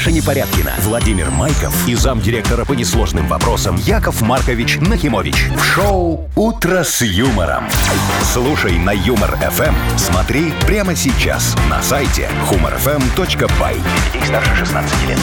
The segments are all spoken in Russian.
Маша Непорядкина, Владимир Майков и замдиректора по несложным вопросам Яков Маркович Нахимович. В шоу «Утро с юмором». Слушай на Юмор-ФМ. Смотри прямо сейчас на сайте humorfm.by. Для детей старше 16 лет.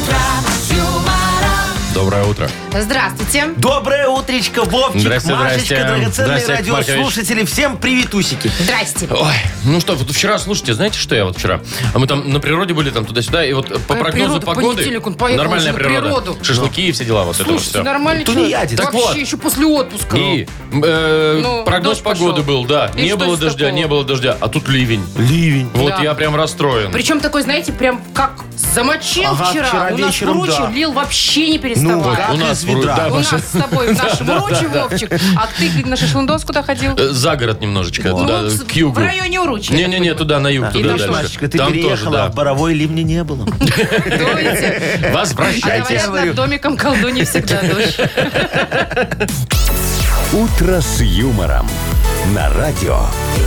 Доброе утро. Здравствуйте. Доброе утречко, Вовчик, Здрасте, Машечка, здрасте. драгоценные Здрасте, радиослушатели. Всем приветусики. Здрасте. Ой, ну что, вот вчера, слушайте, знаете, что я вот вчера? Мы там на природе были, там туда-сюда, и вот по прогнозу природа, погоды... понедельник он поехал нормальная уже на природа. природу. Шашлыки и все дела, вот это вот Слушайте, все. нормальный То не человек. ядет. Так Вообще вот. еще после отпуска. И прогноз дождь погоды пошел. был, да. И Не что было из дождя, такого? не было дождя, а тут ливень. Ливень. Вот Да. я прям расстроен. Причем такой, знаете, прям как замочил Ага, вчера. вчера У нас вечером, в Руче да. лил вообще не переставая. как у нас из ведра. да, У нас Маша, с тобой в нашем Руче, Вовчик. А ты на шашлындос куда ходил? за город немножечко, Ну, туда, к югу. в районе Уручи. Не-не-не, туда, на юг, туда там дальше. Машечка, ты Там переехала, тоже, а в Боровой ливня не было. Думаете? да. А Возвращайтесь. говорят, над домиком колдуньи всегда дождь. «Утро с юмором» на радио.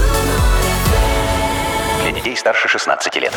Для детей старше 16 лет.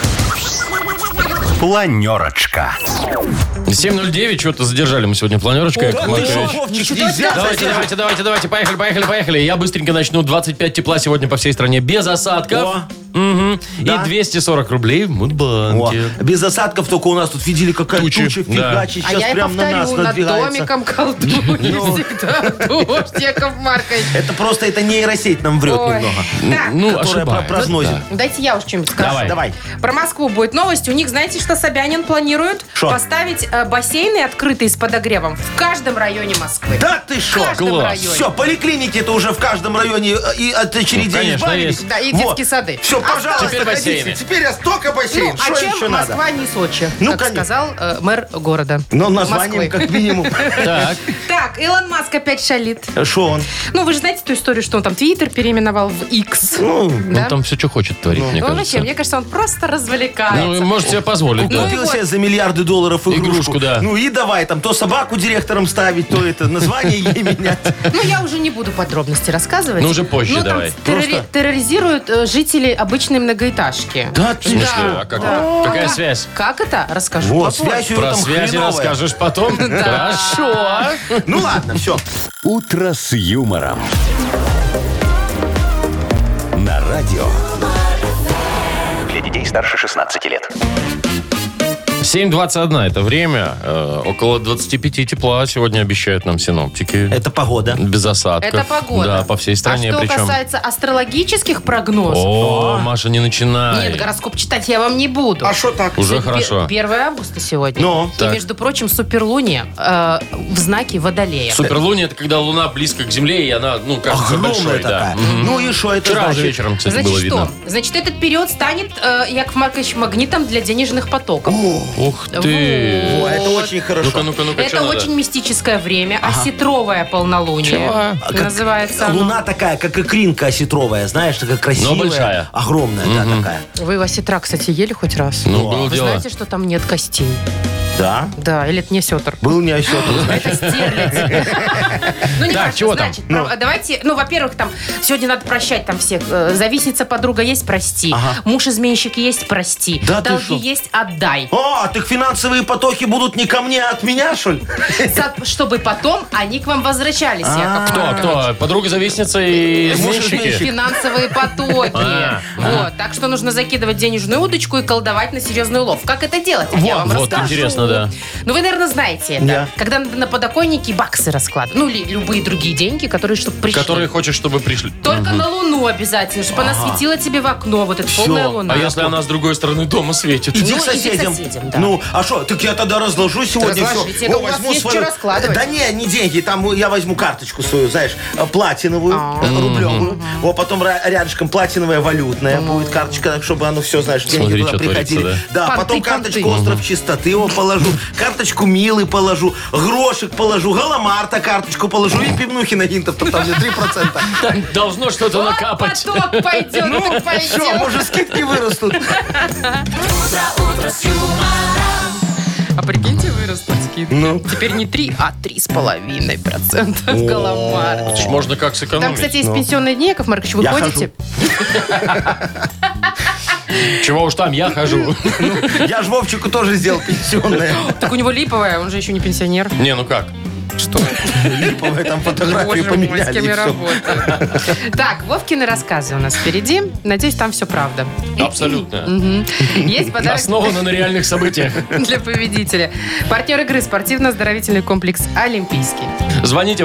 Планерочка. 7:09, что-то задержали мы сегодня планерочку. Яков Ты Маркович. что, Вовчик, Ничего нельзя Давайте, поехали. Я быстренько начну. 25 тепла сегодня по всей стране без осадков. О, Мгм. Да? И 240 рублей в О, Мудбанке. без осадков только у нас тут видели, какая Тучи, туча да. фигачит. А Сейчас я и прям на нас повторю, над надвигается. домиком колдуньи Ну. всегда дождь, Яков Маркович. Это просто нейросеть нам врет Ой. немного. Так, Ну, Которая ошибается. прогнозит. дайте я уж что-нибудь скажу. Давай. Про Москву будет новость. У них, знаете, что Собянин планирует? Шо? Поставить бассейны открытые с подогревом в каждом районе Москвы. Да ты В шо? каждом Класс. районе. Все, поликлиники-то уже в каждом районе и от очередей Ну, конечно, избавились. есть. Да, и детские сады. Все, пожалуйста, Теперь бассейны. ходите. Теперь я столько бассейн. Ну, Что а чем еще надо? Москва не Сочи, Ну, как конечно. сказал мэр города. Но названием Москвы. как минимум. Так, Так, Илон Маск опять шалит. Что он? Ну, вы же знаете ту историю, что он там Твиттер переименовал в X. Ну, Да? он там все, что хочет творить, мне Ну, кажется. вообще, мне кажется, он просто развлекается. Ну, может себе позволить, да. Купил вот. себе за миллиарды долларов игрушку. Игрушку, да. Ну и давай там то собаку директором ставить, то это название ей менять. Ну, я уже не буду подробности рассказывать. Ну, уже позже Ну, давай. Там Просто- терроризируют жителей обычной многоэтажки. Да В смысле, Да, а как? да. Какая связь? Как это? Расскажу Вот, попозже. связь у него Про там связи хреновая. расскажешь потом? Хорошо. Ну ладно, все. «Утро с юмором». На радио. Для детей старше 16 лет. 7:21 это время. Около 25 тепла сегодня обещают нам синоптики. Это погода. Без осадков. Это погода. Да, по всей стране. А что причем. касается астрологических прогнозов, О, Маша, не начинай. нет, гороскоп читать я вам не буду. А что так? Уже хорошо. 1 августа сегодня. Ну, И, так. между прочим, суперлуния в знаке Водолея. Суперлуния — это когда Луна близко к Земле, и она, ну, кажется Огромная большой. такая. Да. Мгм. Ну и что это Вчера уже значит? вечером, кстати, Значит, было что? видно. Значит, этот период станет, Яков Маркович, магнитом для денежных потоков. Ух ты. О, это очень хорошо. Ну-ка, Это что надо? очень мистическое время, осетровое полнолуние Как называется оно. Луна такая, как икринка осетровая, знаешь, такая красивая. Но большая. Огромная, да, такая. Вы осетра, кстати, ели хоть раз? Ну, было Вы дело. знаете, что там нет костей? Да? Да, или это не осетр? Был не осетр. Это стерлядь. Ну, не Так, важно, чего там? значит, давайте, ну, во-первых, там, сегодня надо прощать там всех. Завистница подруга есть, прости. Ага. Муж-изменщик есть, прости. Да ты Долги шо? есть, отдай. О, так финансовые потоки будут не ко мне, а от меня, что ли? Чтобы потом они к вам возвращались, Яков Маркович. Кто? Подруга-завистница и изменщики? Муж-изменщик. Финансовые потоки. Вот. Так что нужно закидывать денежную удочку и колдовать на серьезный улов. Как это делать? Я вам Вот, расскажу. интересно, да. Ну, вы, наверное, знаете это. Да. Когда надо на подоконнике баксы раскладывать. Ну, или любые другие деньги, которые чтобы пришли. Которые хочешь, чтобы пришли. Только на Луну обязательно, чтобы она светила тебе в окно. Вот это полная Луна. А если она с другой стороны дома светит? Иди Ну, к соседям. иди к соседям, да. Ну, а что, так я тогда разложу сегодня Разложите. все. У вас есть что раскладывать? Да не деньги, там я возьму карточку свою, знаешь, платиновую, рублевую. Вот потом рядышком платиновая валютная будет карточка, так, чтобы оно все, знаешь, деньги Смотри, туда что приходили. творится, Да, Понты, потом понты. карточку «Остров чистоты» его положу, карточку «Милы» положу, грошек положу, Галамарта карточку положу и пивнухи на гинтов, там мне 3%. Там должно что-то Вот накапать. поток пойдет, Ну, так все, пойдет. может, скидки вырастут. А прикиньте, вырастут скидки. Ну. Теперь не 3, а 3,5% в Галамар. Это ж можно как сэкономить. Там, кстати, есть пенсионные дни, Яков Маркович, вы Я ходите? Чего уж там, я хожу. Я ж Вовчику тоже сделал пенсионное. Так у него липовая, он же еще не пенсионер. Не, ну как? Что? Липовые там фотографии Боже мой, с поменяли. кем и я всё. работаю. Так, Вовкины рассказы у нас впереди. Надеюсь, там все правда. Абсолютно. Есть подарок Основано на реальных событиях. для победителя. Партнер игры спортивно-оздоровительный комплекс «Олимпийский». Звоните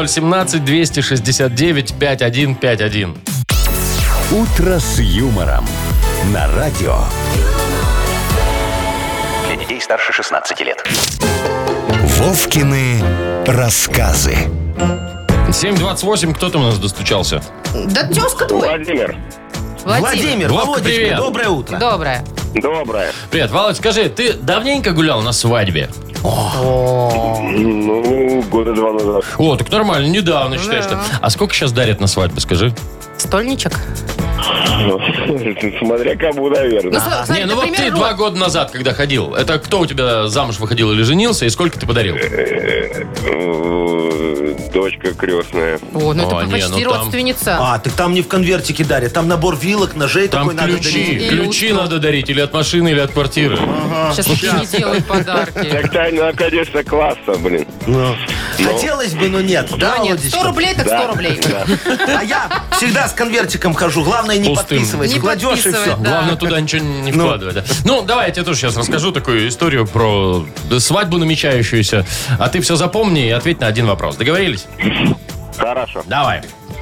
8017-269-5151. «Утро с юмором» на радио. Для детей старше 16 лет. Вовкины рассказы. 7:28, кто там у нас достучался? Да тезка твой. Владимир. Владимир, Вовка, Володечка, привет. доброе утро. Доброе. Доброе. Привет, Володь, скажи, ты давненько гулял на свадьбе? Ну, года 2 назад. О, так нормально, недавно, считаешь, что. А сколько сейчас дарят на свадьбе, скажи? Стольничек. Смотря кому, наверное. Не, ну вот ты 2 года назад, когда ходил, это кто у тебя замуж выходил или женился, и сколько ты подарил? Дочка крестная. О, ну О, это не, почти ну там- родственница. А, так там не в конвертике дарят, там набор вилок, ножей Там такой надо дарить. ключи надо дарить или от машины, или от квартиры. Сейчас такие не делают подарки. Так-то, ну, конечно, классно, блин. Ну, хотелось бы, но нет. Да, Да нет, Володечка? 100 рублей так 100 рублей. А я всегда с конвертиком хожу. Главное, не Пустым. подписывать. Не Кладешь и подписывать, все. да. Главное, туда ничего не вкладывать. Да. Ну, давай, я тебе тоже сейчас расскажу такую историю про свадьбу намечающуюся. А ты все запомни и ответь на один вопрос. Договорились? Хорошо. Давай.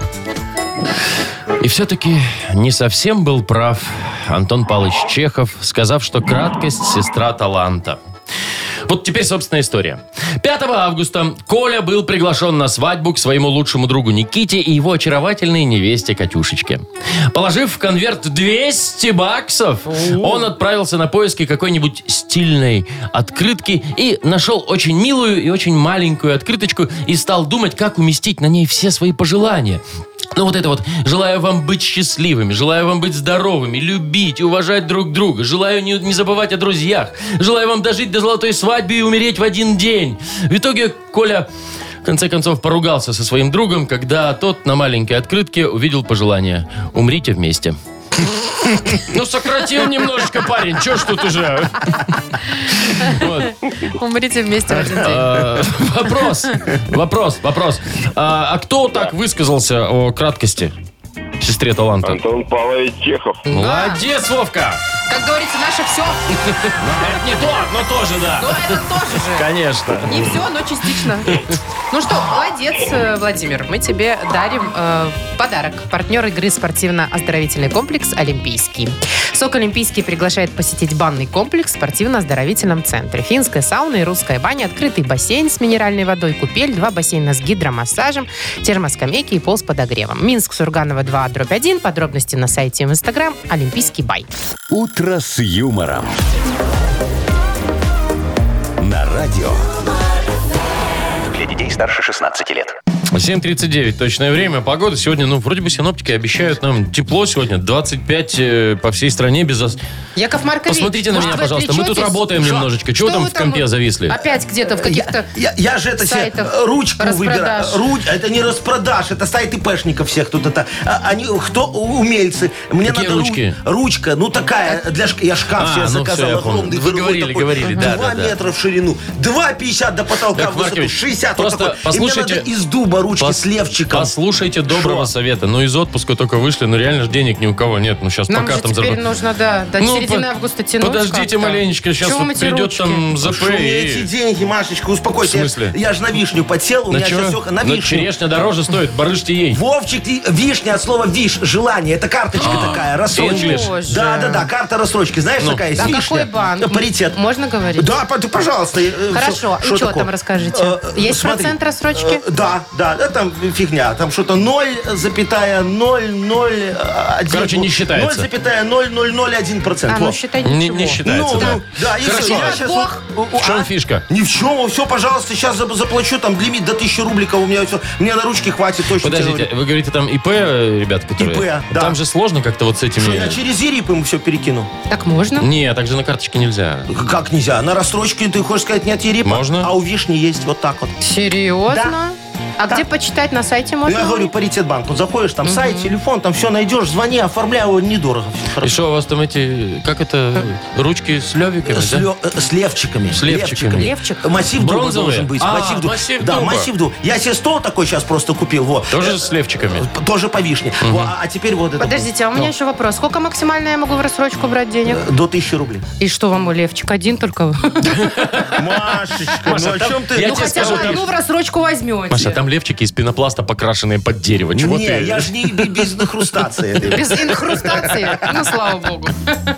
И все-таки не совсем был прав Антон Павлович Чехов, сказав, что краткость – сестра таланта. Вот теперь, собственно, история. 5 августа Коля был приглашен на свадьбу к своему лучшему другу Никите и его очаровательной невесте Катюшечке. Положив в конверт 200 баксов, он отправился на поиски какой-нибудь стильной открытки и нашел очень милую и очень маленькую открыточку и стал думать, как уместить на ней все свои пожелания. Ну вот это вот, желаю вам быть счастливыми, желаю вам быть здоровыми, любить и уважать друг друга, желаю не забывать о друзьях, желаю вам дожить до золотой свадьбы и умереть в один день. В итоге Коля, в конце концов, поругался со своим другом, когда тот на маленькой открытке увидел пожелание «Умрите вместе». Ну, сократил немножечко, парень, чё ж тут уже? Вот. Умрите вместе в один день. Вопрос. А кто так высказался о краткости сестре таланта? Антон Павлович Чехов. Молодец, Вовка! Как говорится, наше все. Это не то, но тоже, да. Ну, это тоже же. Конечно. Не все, но частично. Ну что, молодец, Владимир. Мы тебе дарим подарок. Партнер игры спортивно-оздоровительный комплекс «Олимпийский». СОК «Олимпийский» приглашает посетить банный комплекс в спортивно-оздоровительном центре. Финская сауна и русская баня, открытый бассейн с минеральной водой, купель, 2 бассейна с гидромассажем, термоскамейки и пол с подогревом. Минск, Сурганова 2/1. Подробности на сайте и в Инстаграм «Олимпийский бай». «Утро с юмором». На радио. Для детей старше 16 лет. 7:39 точное время. Погода сегодня, ну, вроде бы синоптики обещают нам тепло сегодня. 25 по всей стране без... Яков Маркович, Посмотрите на может, меня, вы пожалуйста. Мы тут отвлечетесь? работаем немножечко. Чего там вы в компе зависли? Опять где-то в каких-то... Я же это себе сайтах ручку выбираю. распродаж. Это не распродаж, это сайт ИПшников всех тут это. Они кто умельцы. Мне Какие надо ручки? Ручка, ну такая для я шкаф себе ну заказал всё, я помню. огромный. Вы здоровый говорили, да, 2 да. метра в ширину, 2,50 до потолка Яков в высоту, Маркович, 60 просто вот такой. И мне послушайте- надо из дуба ручки с левчиком. Послушайте доброго Шо? совета. Ну, из отпуска только вышли, ну, реально же денег ни у кого нет. Ну, сейчас Нам по же картам теперь заработать. нужно, до Ну, середины августа тянуть Подождите как-то. маленечко, сейчас Чего вот мы эти придет ручки? там ЗП Что мне эти и... деньги, Машечка, успокойся. В смысле? Я же на вишню подсел, у На меня чего? сейчас все на Ну, вишню. черешня дороже стоит, барышьте ей. Вовчик, вишня от слова виш, желание. Это карточка такая, рассрочка. English. Боже. Да, карта рассрочки. Знаешь, такая есть А вишня. какой банк? Паритет. Можно говорить? Да, ты, пожалуйста. Хорошо, и что там расскажите? Есть процент рассрочки? Да, там фигня. Там что-то 0,001. Короче, не считается. 0,0001%. А, ну Вот. считай Не ничего. считается, да. Да, и Хорошо. все. Я щас Бог. В чем фишка? Ни в чем. Все, пожалуйста, сейчас заплачу. Там лимит до 1000 рубликов. У меня все. Мне на ручке хватит точно. Подождите, вы говорите, там ИП, ребята, которые... ИП, да. Там же сложно как-то вот с Что, этими... я через ЕРИП ему все перекину? Так можно? Не, так же на карточке нельзя. Как нельзя? На рассрочке, ты хочешь сказать, нет ЕРИПа? Можно. А у вишни есть вот так вот. Серьезно? А где почитать? На сайте Ну, можно? я говорю, Паритетбанк. Вот заходишь, там сайт, телефон, там все найдешь, звони, оформляй, его недорого. Всё И хорошо. что у вас там эти, как это, ручки с левиками, да? С левчиками. С левчиками. Левчик? Массив дуба Бронзовые? должен быть. А, массив дуба. массив Да, дуба. массив дуба. Я себе стол такой сейчас просто купил. Вот. Тоже с левчиками? Тоже по вишне. Во, а теперь вот это. Подождите, а у меня еще вопрос. Сколько максимально я могу в рассрочку брать денег? До 1000 рублей. И что вам, Левчик, один только? Машечка, Маша, ну о там- чем ты? я Ну тебе хотя скажу, бы там- одну в рассрочку возьмете. Маша, там левчики из пенопласта, покрашенные под дерево. Чего Не, ты? я же не без инхрустации. этой. Без инхрустации? Ну, слава богу.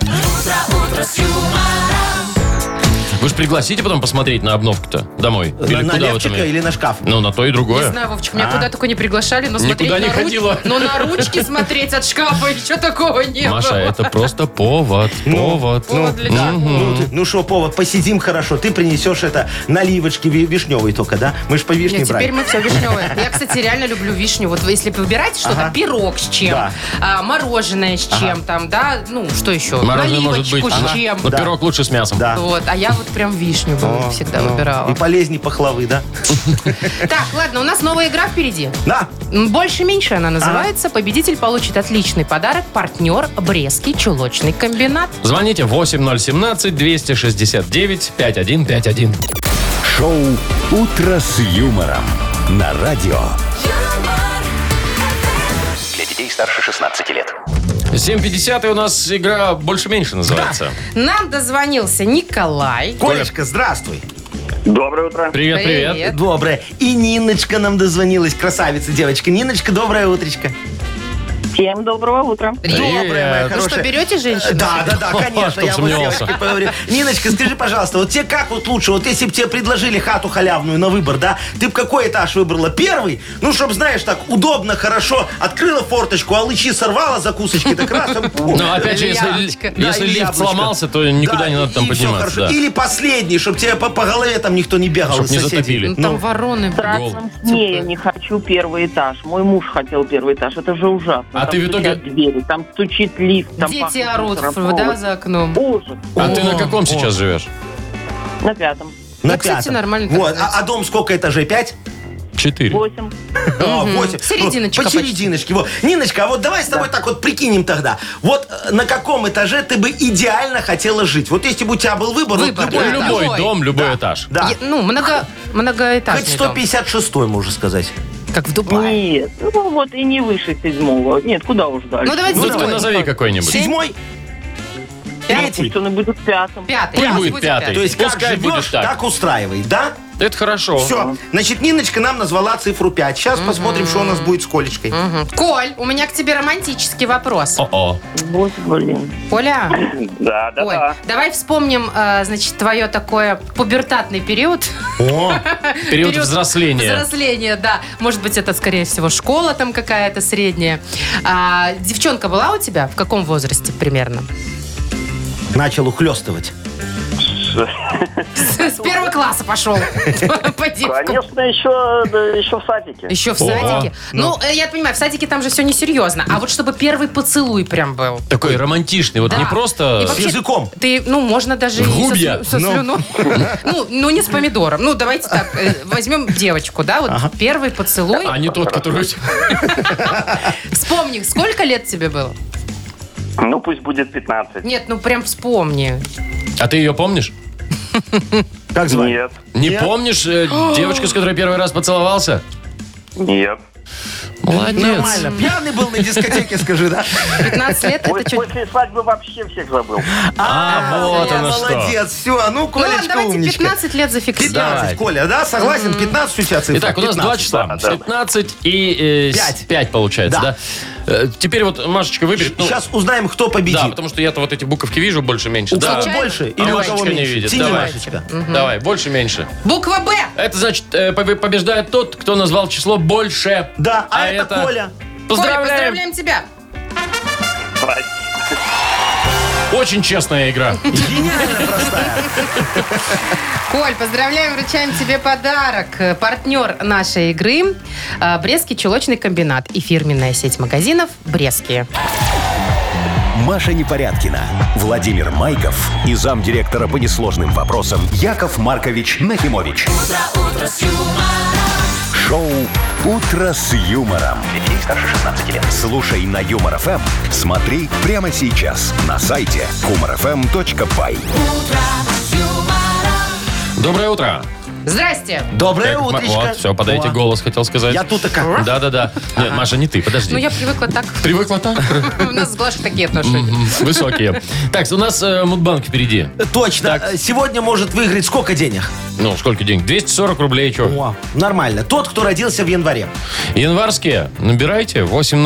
Вы же пригласите потом посмотреть на обновку-то домой? Или На куда вы левчика там? или на шкаф? Ну, на то и Не другое. знаю, Вовчик, меня куда только не приглашали, но Никуда смотреть не на ходила. Но на ручки смотреть от шкафа еще такого не Маша, было. это просто повод. Повод. Повод для чего? Ну что, повод, посидим хорошо. Ты принесешь это наливочки вишневые только, да? Мы ж по вишне Нет, брали. теперь мы все вишневое. Я, кстати, реально люблю вишню. Вот вы, если выбирать что-то, Ага. пирог с чем, Да. мороженое с чем, там, да, ну, что еще? Мороженое может быть. Наливочку с чем. Но пирог лучше с мясом. Да. Вот, а я вот прям вишню всегда выбирала. И полезней пахлавы, да? Так, ладно, у нас новая игра впереди. Да. Больше-меньше она называется. Победитель получит отличный подарок. Партнер Брестский чулочный комбинат. Звоните 8017-269-5151. Шоу «Утро с юмором» на радио. Для детей старше 16 лет. 7:50 и у нас игра «Больше-меньше» называется. Нам дозвонился Николай. Колечка, здравствуй. Доброе утро. Привет, привет. Доброе. И Ниночка нам дозвонилась, красавица девочка. Ниночка, доброе утречко. Всем доброго утра. Доброе, моя Ну хорошая. что, берете женщину? Да, конечно, Чтоб я вот с сомневался. девочкой поговорю. Ниночка, скажи, пожалуйста, вот тебе как вот лучше, вот если бы тебе предложили хату халявную на выбор, да, ты бы какой этаж выбрала? Первый? Ну, чтоб, знаешь, так удобно, хорошо, открыла форточку, а лычи сорвала, закусочки, так раз, там, Но опять же, Или если, яблочко. Да, если или лифт яблочко. сломался, то никуда Да, не надо там и всё подниматься. хорошо. Да. Или последний, чтобы тебе по голове там никто не бегал Чтоб из не соседей. затопили. Ну, там вороны. В страшном сне я не хочу первый этаж. Мой муж хотел первый этаж. Это же ужасно. А Там ты в итоге- стучат двери, там стучит лифт. Там Дети пахнет орут, мусором. да, за окном. Ужас. А ты на О, каком о. сейчас живешь? На 5-м. На Ну, кстати, пятом. нормально так Вот, сказать. а дом сколько этажей? 5? 4. 8. 8. Серединочка По серединочке. Вот. Ниночка, а вот давай с тобой так вот прикинем тогда. Вот на каком этаже ты бы идеально хотела жить? Вот если бы у тебя был выбор, вот Выбор, любой да. этаж. Любой Любой. дом, любой этаж. Да. Ну, многоэтажный Хоть дом. 156-й, можно сказать. Как в Дубае. Нет. Ну вот и не выше 7-го. Нет, куда уж дальше. Ну, давайте Ну, седьмой. ты назови какой-нибудь. 7-й? Третий? Пусть он и будет 5-м. Пятый. Пусть будет Будет пятый. То есть как Пускай живешь, будет так. так устраивай, да? Это хорошо. Все. Значит, Ниночка нам назвала цифру 5. Сейчас посмотрим, что у нас будет с Колечкой. Мгм. Коль, у меня к тебе романтический вопрос. О-о. Вот, блин. Коля, Да, Коль, давай вспомним, значит, твое такое пубертатный период. О, Период взросления. Взросления, да. Может быть, это, скорее всего, школа там какая-то средняя. Девчонка была у тебя? В каком возрасте примерно? начал ухлёстывать. С первого класса пошел. По девкам. Конечно, еще в садике. Еще в садике? Ну, я понимаю, в садике там же все несерьезно. А вот чтобы первый поцелуй прям был. Такой романтичный. Вот Да. не просто... И вообще, языком. Ты, ну, можно даже В и губья. со слюной. Ну, не с помидором. Ну, давайте так, возьмем девочку, да, вот первый поцелуй. А не тот, который... Вспомни, сколько лет тебе было? Ну, пусть будет 15. Нет, ну прям вспомни. А ты ее помнишь? Как звать? Нет, Не Нет. помнишь девочку, с которой первый раз поцеловался? нет. Молодец. Нормально. Пьяный был на дискотеке, скажи, да? 15 лет, это что? После свадьбы вообще всех забыл. Вот оно что. Молодец. Все, ну, Ну ладно, Колечка, давайте умничка. 15 лет зафиксируем. 15, Давай. Коля, да? Согласен? 15 у тебя цифра? Итак, у нас 2 15. числа. Да. 15 и Пять. 5 получается, Да. да? Теперь вот Машечка выберет. ну, Сейчас узнаем, кто да, победит. потому что я-то вот эти буковки вижу больше-меньше. У Да. кого Случайно? больше или А у кого Машечка не меньше? видит. Тяни, Давай. Машечка. Давай, больше-меньше. Буква Б. Это значит, побеждает тот, кто назвал число больше. Да, а это Коля. Коля, Поздравляем. поздравляем тебя. Очень честная игра. Гениально простая. Коль, поздравляем, вручаем тебе подарок. Партнер нашей игры Брестский чулочный комбинат и фирменная сеть магазинов «Брестские». Маша Непорядкина, Владимир Майков и замдиректора по несложным вопросам Яков Маркович Нахимович. Шоу «Утро с юмором». Для детей старше 16 лет. Слушай на Юмор ФМ. Смотри прямо сейчас на сайте humorfm.by. Доброе утро. Здрасте. Доброе Так, утречко. Вот, все, подайте О, голос, хотел сказать. Я тут такая. Да-да-да. Нет, Маша, не ты, подожди. Ну, я привыкла так. Привыкла так? У нас с Глашей такие отношения. Высокие. Так, у нас Мудбанк впереди. Точно. Так. Сегодня может выиграть сколько денег? Ну, сколько денег? 240 рублей, что? О, нормально. Тот, кто родился в январе. Январские. Набирайте.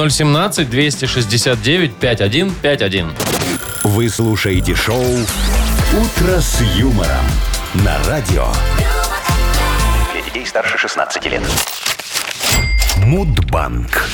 8017-269-5151. Вы слушаете шоу «Утро с юмором» на радио Для детей старше 16 лет. Мудбанк.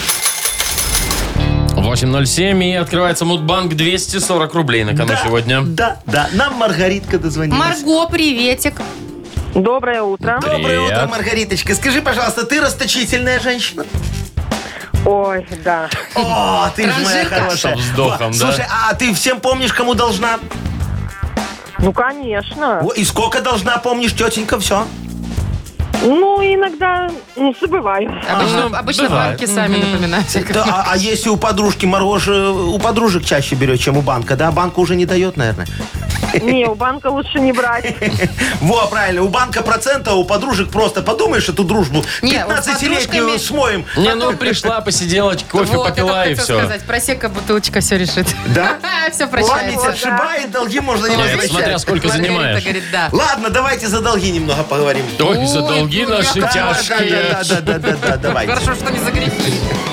8.07, и открывается Мудбанк. 240 рублей на кону сегодня. Да. Нам Маргаритка дозвонилась. Марго, приветик. Доброе утро. Привет. Доброе утро, Маргариточка. Скажи, пожалуйста, ты расточительная женщина? Ой, да. О, ты же моя Транжирка? хорошая. Со вздохом, Во, да? Слушай, а ты всем помнишь, кому должна? Ну, конечно. О, и сколько должна, помнишь, тетенька, все? Ну, иногда забываю. Обычно бывает. банки сами напоминают. Да, а если у подружки Марго же у подружек чаще берет, чем у банка, да? Банка уже не дает, наверное. Не, у банка лучше не брать. Во, правильно, у банка процента, а у подружек просто подумаешь эту дружбу Не, вот с 15-летнюю подружками- смоем. Не, ну пришла, посидела, кофе Вот, попила это и хотел все. сказать. Просека, бутылочка, все решит. Да? Все Память прощается. отшибает, долги можно не Нет, возвращать. смотря сколько Маргарита занимаешь. говорит, да. Ладно, давайте за долги немного поговорим. Ой, за Ой, долги ой, наши да, тяжкие. Да, давайте. Хорошо, что не за грехи.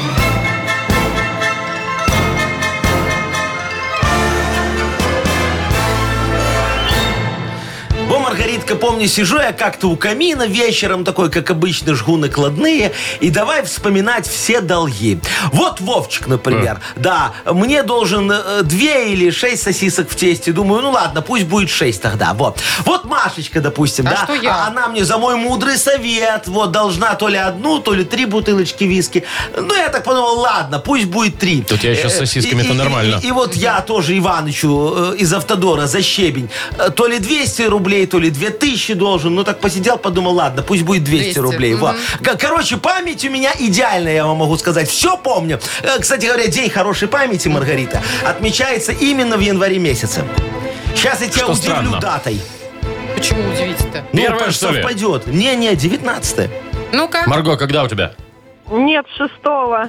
Во, Маргаритка, помню, сижу я как-то у камина вечером, такой, как обычно, жгу накладные, и давай вспоминать все долги. Вот Вовчик, например, да, мне должен 2 или 6 сосисок в тесте. Думаю, ну ладно, пусть будет 6 тогда, вот. Вот Машечка, допустим, А да, что я? она мне за мой мудрый совет, вот, должна то ли 1, то ли 3 бутылочки виски. Ну, я так подумал, ладно, пусть будет 3. Тут я еще с сосисками-то нормально. И вот я тоже Иванычу из Автодора за щебень то ли 200 рублей, то ли 2000 должен. Ну так посидел, подумал, ладно, пусть будет 200 рублей. Мгм. Во. Короче, память у меня идеальная, я вам могу сказать. Все помню. Кстати говоря, день хорошей памяти, Маргарита, отмечается именно в январе месяце. Сейчас я тебя Что удивлю странно. датой. Почему удивить-то? Первое, что ли? совпадет. Не, 19-е. Ну-ка. Марго, когда у тебя? Нет, 6-го.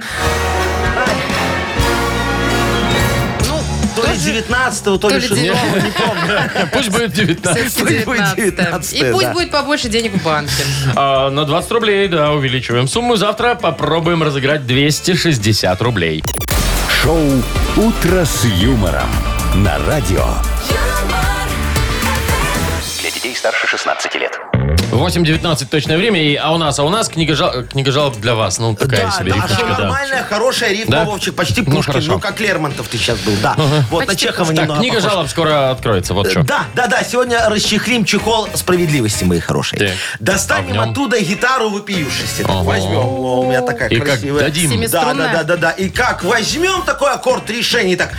То ли 19-го, то ли то ли 6-го, не помню. Пусть будет 19. Все-таки Пусть будет 19. И 19-е, пусть да. будет побольше денег в банке. На 20 рублей, да, увеличиваем сумму. Завтра попробуем разыграть 260 рублей. Шоу «Утро с юмором» на радио. Для детей старше 16 лет. 8.19 точное время. А у нас книга жалоб для вас. Ну, такая Да, себе да, а что, рифмочка, да. нормальная, хорошая рифма, Да? Вовчик, почти Ну, Пушкин. хорошо. Ну, как Лермонтов ты сейчас был, да. Вот Почти на Чехова Пушкин. Так, немного книга похож. жалоб скоро откроется. Вот что. Да, сегодня расчехлим чехол справедливости, мои хорошие. Так. Достанем А в нем? оттуда гитару вопиющести. Ага. Возьмем. О, у меня такая И как красивая. дадим. Семиструнная? Да. И как возьмем такой аккорд решений, так.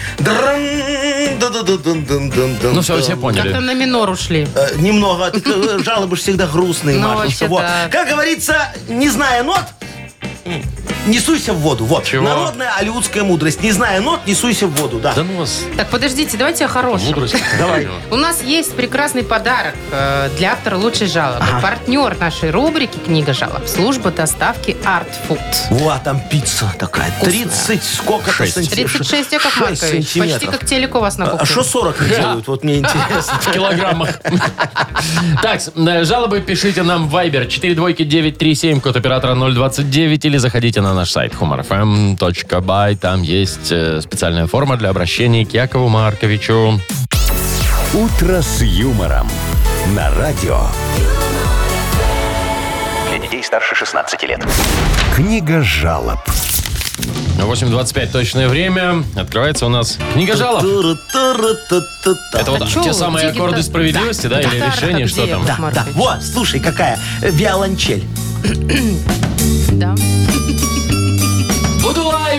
Ну все, все поняли. Как-то на минор ушли. Немного. Так, жалобы ж всегда грустные, Ну, Машечка. вообще, Вот. да. Как говорится, не зная нот, не суйся в воду. Вот. Чего? Народная алиутская мудрость. Не зная нот, не суйся в воду. Да. Да ну вас. Так, подождите, давайте о хорошем. Мудрость. Давай. У нас есть прекрасный подарок для автора лучшей жалобы. Партнер нашей рубрики «Книга жалоб» — служба доставки Art Food. Вот, там пицца такая. Вкусная. 30 сколько-то 36, Яков 6 Маркович. Почти сантиметров. как телек у вас на А кухне. что 40 делают? Вот мне интересно. В килограммах. Так, жалобы пишите нам в Viber 42937, код оператора 029, или заходите на наш сайт humorfm.by. Там есть специальная форма для обращения к Якову Марковичу. «Утро с юмором» на радио. Для детей старше 16 лет. Книга жалоб. 8.25 точное время. Открывается у нас книга жалоб. Это вот чё те вы, самые где аккорды гитара? справедливости, да, или Гитара-то решения, где, что там? Яков Да. Маркович? Вот, слушай, какая виолончель. Да. Буду лайвер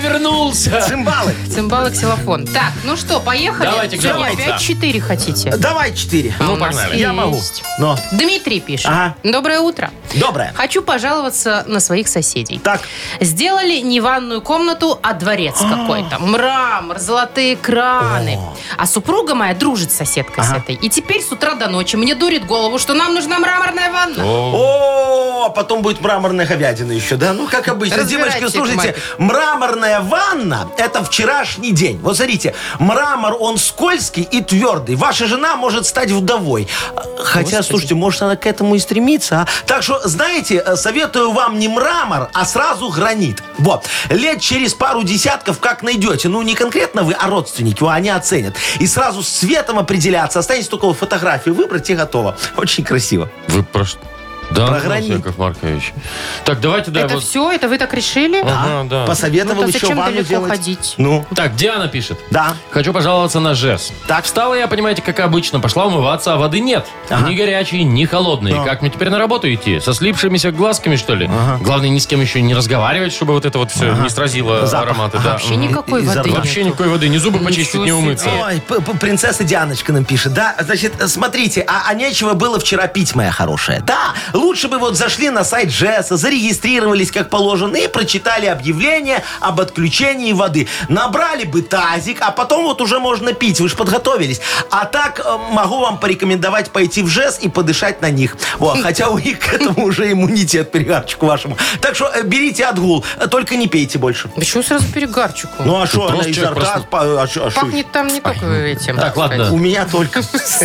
вернулся. Цимбалы. Цимбалы, ксилофон. Так, ну что, поехали? Давайте к делу. Опять 4 хотите? Давай 4. А у нас погнали. Я могу. есть. Но. Дмитрий пишет. Ага. Доброе утро. Доброе. Хочу пожаловаться на своих соседей. Так. Сделали не ванную комнату, а дворец какой-то. Мрамор, золотые краны. А супруга моя дружит с соседкой с этой. И теперь с утра до ночи мне дурит голову, что нам нужна мраморная ванна. О, а потом будет мраморная говядина еще, да? Ну, как обычно. Разбирайте, Девочки, слушайте, Яков мраморная ванна – это вчерашний день. Вот смотрите, мрамор, он скользкий и твердый. Ваша жена может стать вдовой. Хотя, Господи. слушайте, может, она к этому и стремится, а? Так что, знаете, советую вам не мрамор, а сразу гранит. Вот. Лет через пару десятков как найдете. Ну, не конкретно вы, а родственники. Они оценят. И сразу с цветом определяться. Останется только фотографию выбрать, и готово. Очень красиво. Вы про что? Да, Про ну, гранит. Яков Маркович. Так, давайте, да, Это вот... все? Это вы так решили? Ага, да. Посоветовал Ну, то еще зачем ванну далеко делать. ходить? Ну, Так, Диана пишет. да. Хочу пожаловаться на ЖЭС. Так. Встала я, понимаете, как обычно, пошла умываться, а воды нет. Ага. Ни горячей, ни холодной. Да. Как мне теперь на работу идти? Со слипшимися глазками, что ли? Главное, ни с кем еще не разговаривать, чтобы вот это вот все не сразило Запах. ароматы. Ага. Да. Вообще Мгм. никакой Из-за воды рта. Вообще нету. никакой воды. Ни зубы Ничего почистить, ни себе. умыться. Ой, принцесса Дианочка нам пишет, да? Значит, смотрите, а нечего было вчера пить, моя хорошая. Да, лучше бы вот зашли на сайт ЖЭСа, зарегистрировались как положено и прочитали объявление об отключении воды. Набрали бы тазик, а потом вот уже можно пить, вы же подготовились. А так могу вам порекомендовать пойти в ЖЭС и подышать на них. Вот, хотя у них к этому уже иммунитет, перегарчику вашему. Так что берите отгул, только не пейте больше. Почему сразу перегарчику? Ну а что, она просто изо человек рта... Пахнет там не только этим. Так, ладно. У меня только.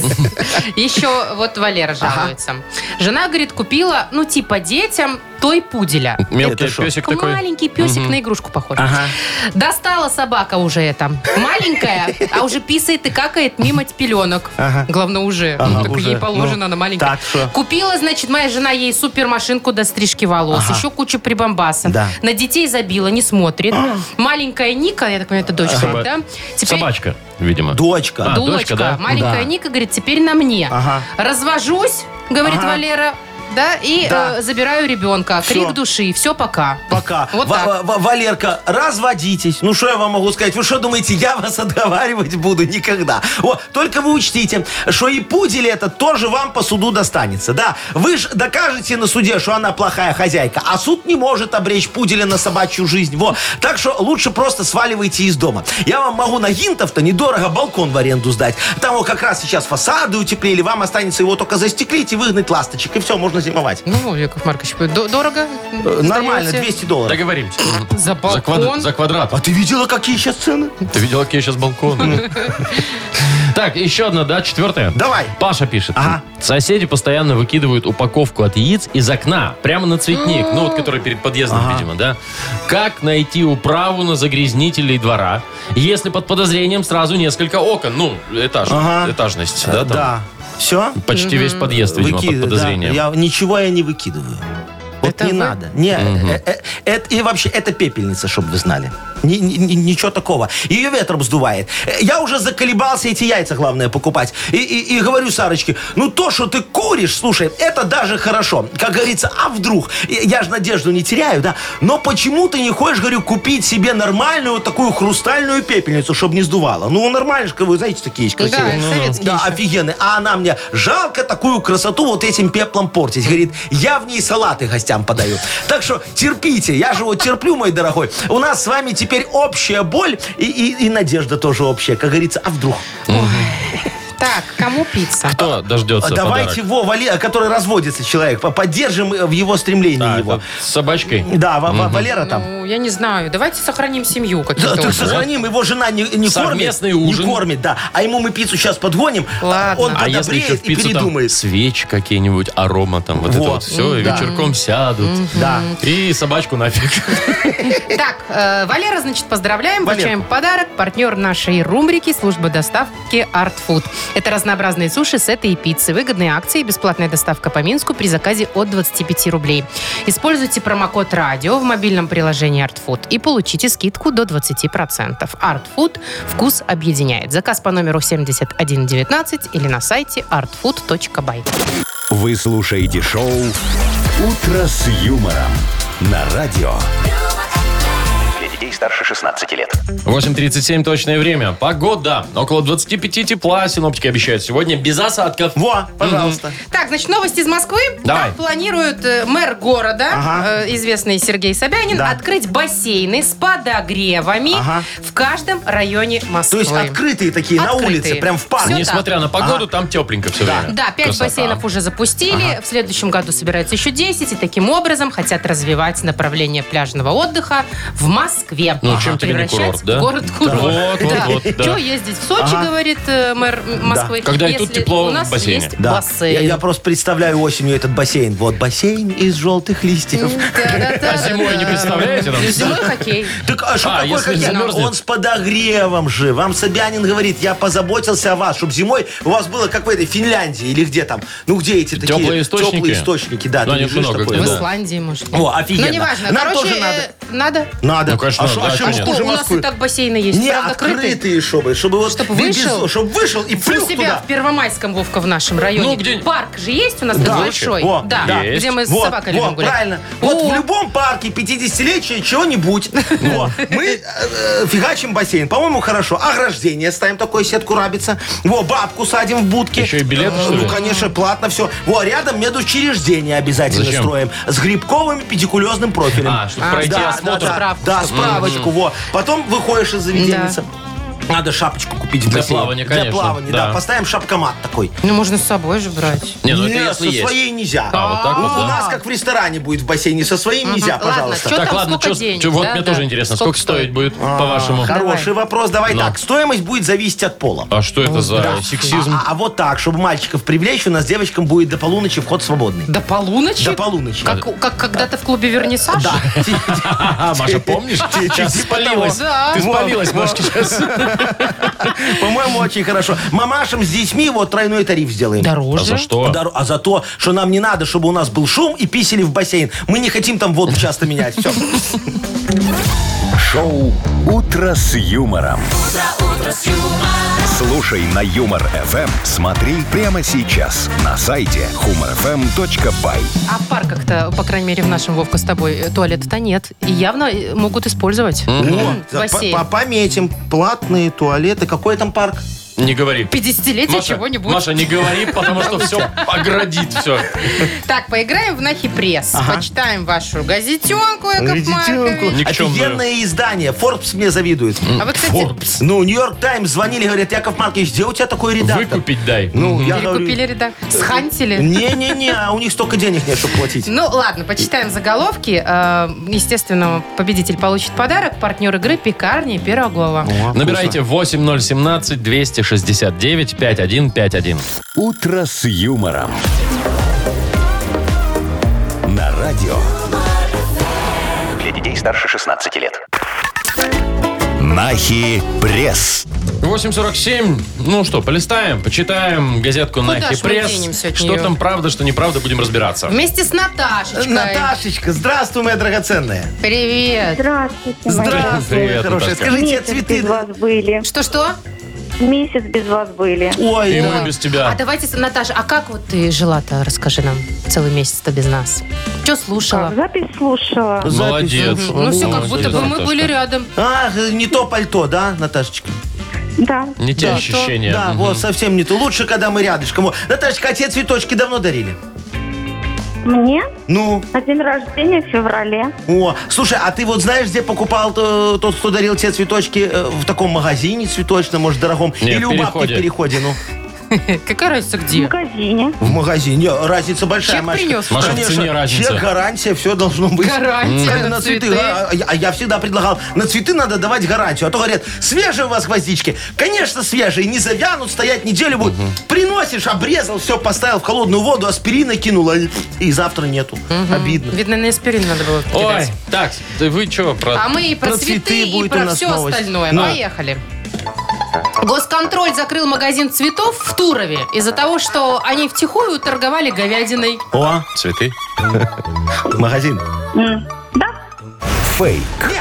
Еще вот Валера жалуется. Жена, говорит, купила, ну, типа детям той-пуделя. Мелкий Это шо? песик такой. Маленький песик на игрушку похож. Ага. Достала собака уже это. Маленькая, а уже писает и какает мимо пеленок. Ага. Главное, уже. Ага, Так уже. ей положено, Ну, она маленькая. так что? Купила, значит, моя жена ей супермашинку до стрижки волос. Еще кучу прибамбасов. Да. На детей забила, не смотрит. Маленькая Ника, я так понимаю, это дочка, Соба- да? Теперь Собачка, видимо. Дочка. А, дочка, дочка, да? маленькая Да. Ника, говорит, теперь на мне. Ага. Развожусь, говорит Ага. Валера, да, и Да. забираю ребенка. Всё. Крик души, все, пока. Пока. Вот так. Валерка, разводитесь. Ну, что я вам могу сказать? Вы что думаете, я вас отговаривать буду? Никогда. Вот, только вы учтите, что и пудель этот тоже вам по суду достанется. Да, вы же докажете на суде, что она плохая хозяйка, а суд не может обречь пуделя на собачью жизнь. Вот. Так что лучше просто сваливайте из дома. Я вам могу на Гинтов-то недорого балкон в аренду сдать. Там вот как раз сейчас фасады утеплили, вам останется его только застеклить и выгнать ласточек, и все, можно зимовать. Ну, Яков Маркович, дорого? Нормально, сдаете? $200. Договоримся. За балкон? За квадрат. А ты видела, какие сейчас цены? Ты видела, какие сейчас балконы? Так, еще одна, да, 4-я? Давай. Паша пишет. Ага. Соседи постоянно выкидывают упаковку от яиц из окна, прямо на цветник. Ну, вот, который перед подъездом, видимо, да. Как найти управу на загрязнителей двора, если под подозрением сразу несколько окон? Ну, Ага. этажность, да, там? Да. Все? Почти весь подъезд, видимо, под подозрением. Ничего я не выкидываю. Вот Это не вы? надо. И вообще, это пепельница, чтобы вы знали. Ничего такого. Ее ветром сдувает. Я уже заколебался эти яйца, главное, покупать. И говорю Сарочке, ну то, что ты куришь, слушай, это даже хорошо. Как говорится, а вдруг? Я же надежду не теряю, да? Но почему ты не хочешь, говорю, купить себе нормальную вот такую хрустальную пепельницу, чтобы не сдувало? Ну, нормально же, вы знаете, такие есть красивые. Да, советские Да, еще. офигенные. А она мне, жалко такую красоту вот этим пеплом портить. Говорит, я в ней салаты гостям подаю. Так что терпите, я же вот терплю, мой дорогой. У нас с вами теперь общая боль и надежда тоже общая. Как говорится, а вдруг? Так, кому пицца? Кто дождется Давайте подарок? который разводится человек, поддержим в его стремлении А, его. это с собачкой? Да, Валера там. Ну, я не знаю. Давайте сохраним семью Да, какие-то. так вот. сохраним, его жена не Совместный кормит. ужин. Не кормит, да. А ему мы пиццу сейчас подгоним, Ладно. он А если еще в подобреет и пиццу там передумает. свечи какие-нибудь, арома там, вот это Вот. вот все, и Да. вечерком сядут. Да. И собачку нафиг. Так, Валера, значит, поздравляем, Валерку. вручаем подарок. Партнер нашей рубрики – служба доставки Art Food. Это разнообразные суши, сеты и пиццы. Выгодные акции и бесплатная доставка по Минску при заказе от 25 рублей. Используйте промокод «Радио» в мобильном приложении Art Food и получите скидку до 20%. Art Food – вкус объединяет. Заказ по номеру 7119 или на сайте artfood.by. Вы слушаете шоу «Утро с юмором» на радио. Для детей детей старше 16 лет. 8:37 точное время. Погода. Около 25 тепла. Синоптики обещают сегодня без осадков. Во, пожалуйста. Так, значит, новости из Москвы. Давай. Там планирует мэр города, Ага. известный Сергей Собянин, Да. открыть бассейны с подогревами Ага. в каждом районе То Москвы. есть открытые такие на Открытые. улице, прям в парке. Всё Несмотря на погоду, там тепленько все время. Да, 5 Красота. бассейнов уже запустили. В следующем году собираются еще 10. И таким образом хотят развивать направление пляжного отдыха в Москве. Ну, чем тебе не Превращать курорт, да? в город-курорт. Вот, да. Чего ездить в Сочи, говорит мэр Москвы. Когда и тут если тепло у нас в бассейне. есть Да. бассейн. Я просто представляю осенью этот бассейн. Вот бассейн из желтых листьев. А зимой не представляете нам? Зимой хоккей. Так а что какой если хоккей? замерзнет? Он с подогревом же. Вам Собянин говорит, я позаботился о вас, чтобы зимой у вас было как в этой Финляндии или где там. Ну где эти такие Теплые источники? теплые источники, да. Ну, ты они лежишь много такой, где, В да. Исландии, может. О, офигенно. Ну, неважно. Нам Короче, тоже надо. надо. Надо. Ну, конечно, шо- да, шо конечно. хуже У нас Москвы? и так бассейны есть. Не Правда, открытые, чтобы вот Чтоб вышел? чтобы вышел и У плюх себя туда. в Первомайском, Вовка, в нашем районе. Ну, где- Парк же есть у нас Да. большой. Во, Да, да. где мы с Вот, собакой любим вот, гулять. правильно. Вот О. в любом парке 50-летия чего-нибудь. Во. Мы фигачим бассейн. По-моему, хорошо. Ограждение ставим, такую сетку рабица. Во, бабку садим в будке. Еще и билеты, что ли? Ну, конечно, платно все. Во, рядом медучреждение обязательно Зачем? строим. С грибковым педикулезным профилем. Чтобы пройти Да, осмотр. Справку, да, чтобы- справочку. Во. Потом выходишь из заведения. Надо шапочку купить в Для бассейн. плавания, конечно, Для плавания, да. да. Поставим шапкомат такой. Ну, можно с собой же брать. Не, ну это Нет, если со есть. своей нельзя. А, вот так Ну, вот, у да. нас как в ресторане будет в бассейне, со своим нельзя, Ладно, пожалуйста. чё Так, там, ладно, сколько денег, вот да, мне да. тоже интересно, Сколько сколько стоить будет, А, по-вашему? Хороший вопрос. Давай Ну. так. Стоимость будет зависеть от пола. А что это за сексизм? А вот так, чтобы мальчиков привлечь, у нас девочкам будет до полуночи вход свободный. До полуночи? До полуночи. Как когда-то в клубе «Вернисаж»? Да. Маша, помнишь? Сейчас спалилась. Да. Ты спалилась, Машка, сейчас. По-моему, очень хорошо. Мамашам с детьми вот тройной тариф сделаем. Дороже. А за что? А за то, что нам не надо, чтобы у нас был шум и писали в бассейн. Мы не хотим там воду часто менять. Все. Шоу «Утро с юмором». Слушай на Юмор ФМ. Смотри прямо сейчас на сайте humorfm.by. А в парках-то, по крайней мере, в нашем, Вовка, с тобой туалета-то нет. И явно могут использовать бассейн. Пометим. Платные туалеты. Какой там парк? Не говори. 50-летие чего-нибудь. Маша, не говори, потому что все оградит все. Так, поиграем в Нахи Пресс. Почитаем вашу газетенку, Яков Маркович. Никчемную. Офигенное издание. Forbes мне завидует. А вы, кстати, Ну, Нью-Йорк Таймс звонили, говорят, Яков Маркович, где у тебя такой редактор? Выкупить дай. Ну, я говорю, перекупили редактор. Схантили. не-не-не, а у них столько денег нет, чтобы платить. Ну, ладно, почитаем заголовки. Естественно, победитель получит подарок. Партнер игры «Пекарни Пирогова». Набирайте 8017-269-5151. «Утро с юмором». На радио. Для детей старше 16 лет. Нахи Пресс. 8:47. Ну что, полистаем, почитаем газетку Куда «Нахи ж мы Пресс». денемся от Что нее? там правда, что неправда, будем разбираться. Вместе с Наташечкой. Наташечка, здравствуй, моя драгоценная. Привет. Здравствуйте, мои Здравствуй, Привет, хорошая. Наташка. Скажите, Месяц цветы... без вас были. Что-что? Месяц без вас были. Ой, И да. мы без тебя. А давайте, Наташа, а как вот ты жила-то? Расскажи нам целый месяц-то без нас. Что слушала? Запись слушала. Молодец. Ну все, как будто бы мы Наташка. были рядом. Ах, не то пальто, да, Наташечка? Да. Не те Да. ощущения. Да, Мгм. вот, совсем не то. Лучше, когда мы рядышком. Вот. Наташечка, а те цветочки давно дарили? Мне Ну, на день рождения в феврале. о, слушай, а ты вот знаешь, где покупал тот, кто дарил те цветочки? В таком магазине цветочном, может, дорогом? Не, Или в у бабки в Переходе. переходе, ну? Какая разница В где? магазине. В магазине. Разница большая, Чек Машечка. принес. Маша, в Конечно, цене разница. чек, гарантия, все должно быть. Гарантия на цветы. цветы. А я всегда предлагал, на цветы надо давать гарантию. А то говорят, свежие у вас гвоздички. Конечно, свежие, не завянут, стоять неделю будут. Приносишь, обрезал, все, поставил в холодную воду, аспирина кинул, и завтра нету. Обидно. Видно, на аспирин надо было Ой, кидать. так, да вы что, про... А мы и про Про цветы, цветы и будет у про нас все новость. остальное. Ну. Поехали. Госконтроль закрыл магазин цветов в Турове из-за того, что они втихую торговали говядиной. О, Цветы? магазин. Да. Фейк.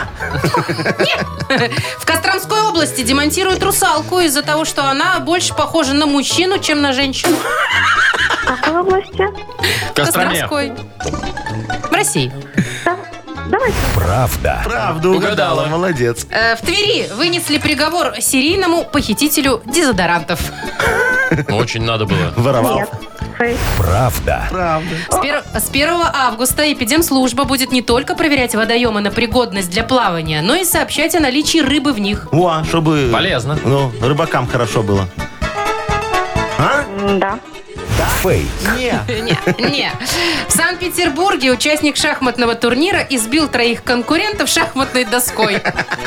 В Костромской области демонтируют русалку из-за того, что она больше похожа на мужчину, чем на женщину. В какой области? В Костроме. Костромской. В России. Да. Давайте. Правда. Правда угадала, Угадала. молодец. В Твери вынесли приговор серийному похитителю дезодорантов. Очень надо было. Воровал. Нет. Фейк. Правда. Правда. С 1 августа эпидемслужба будет не только проверять водоемы на пригодность для плавания, но и сообщать о наличии рыбы в них. Во, чтобы... Полезно. Ну, рыбакам хорошо было. А? Да. Фейк. Не. Не. В Санкт-Петербурге участник шахматного турнира избил 3 конкурентов шахматной доской.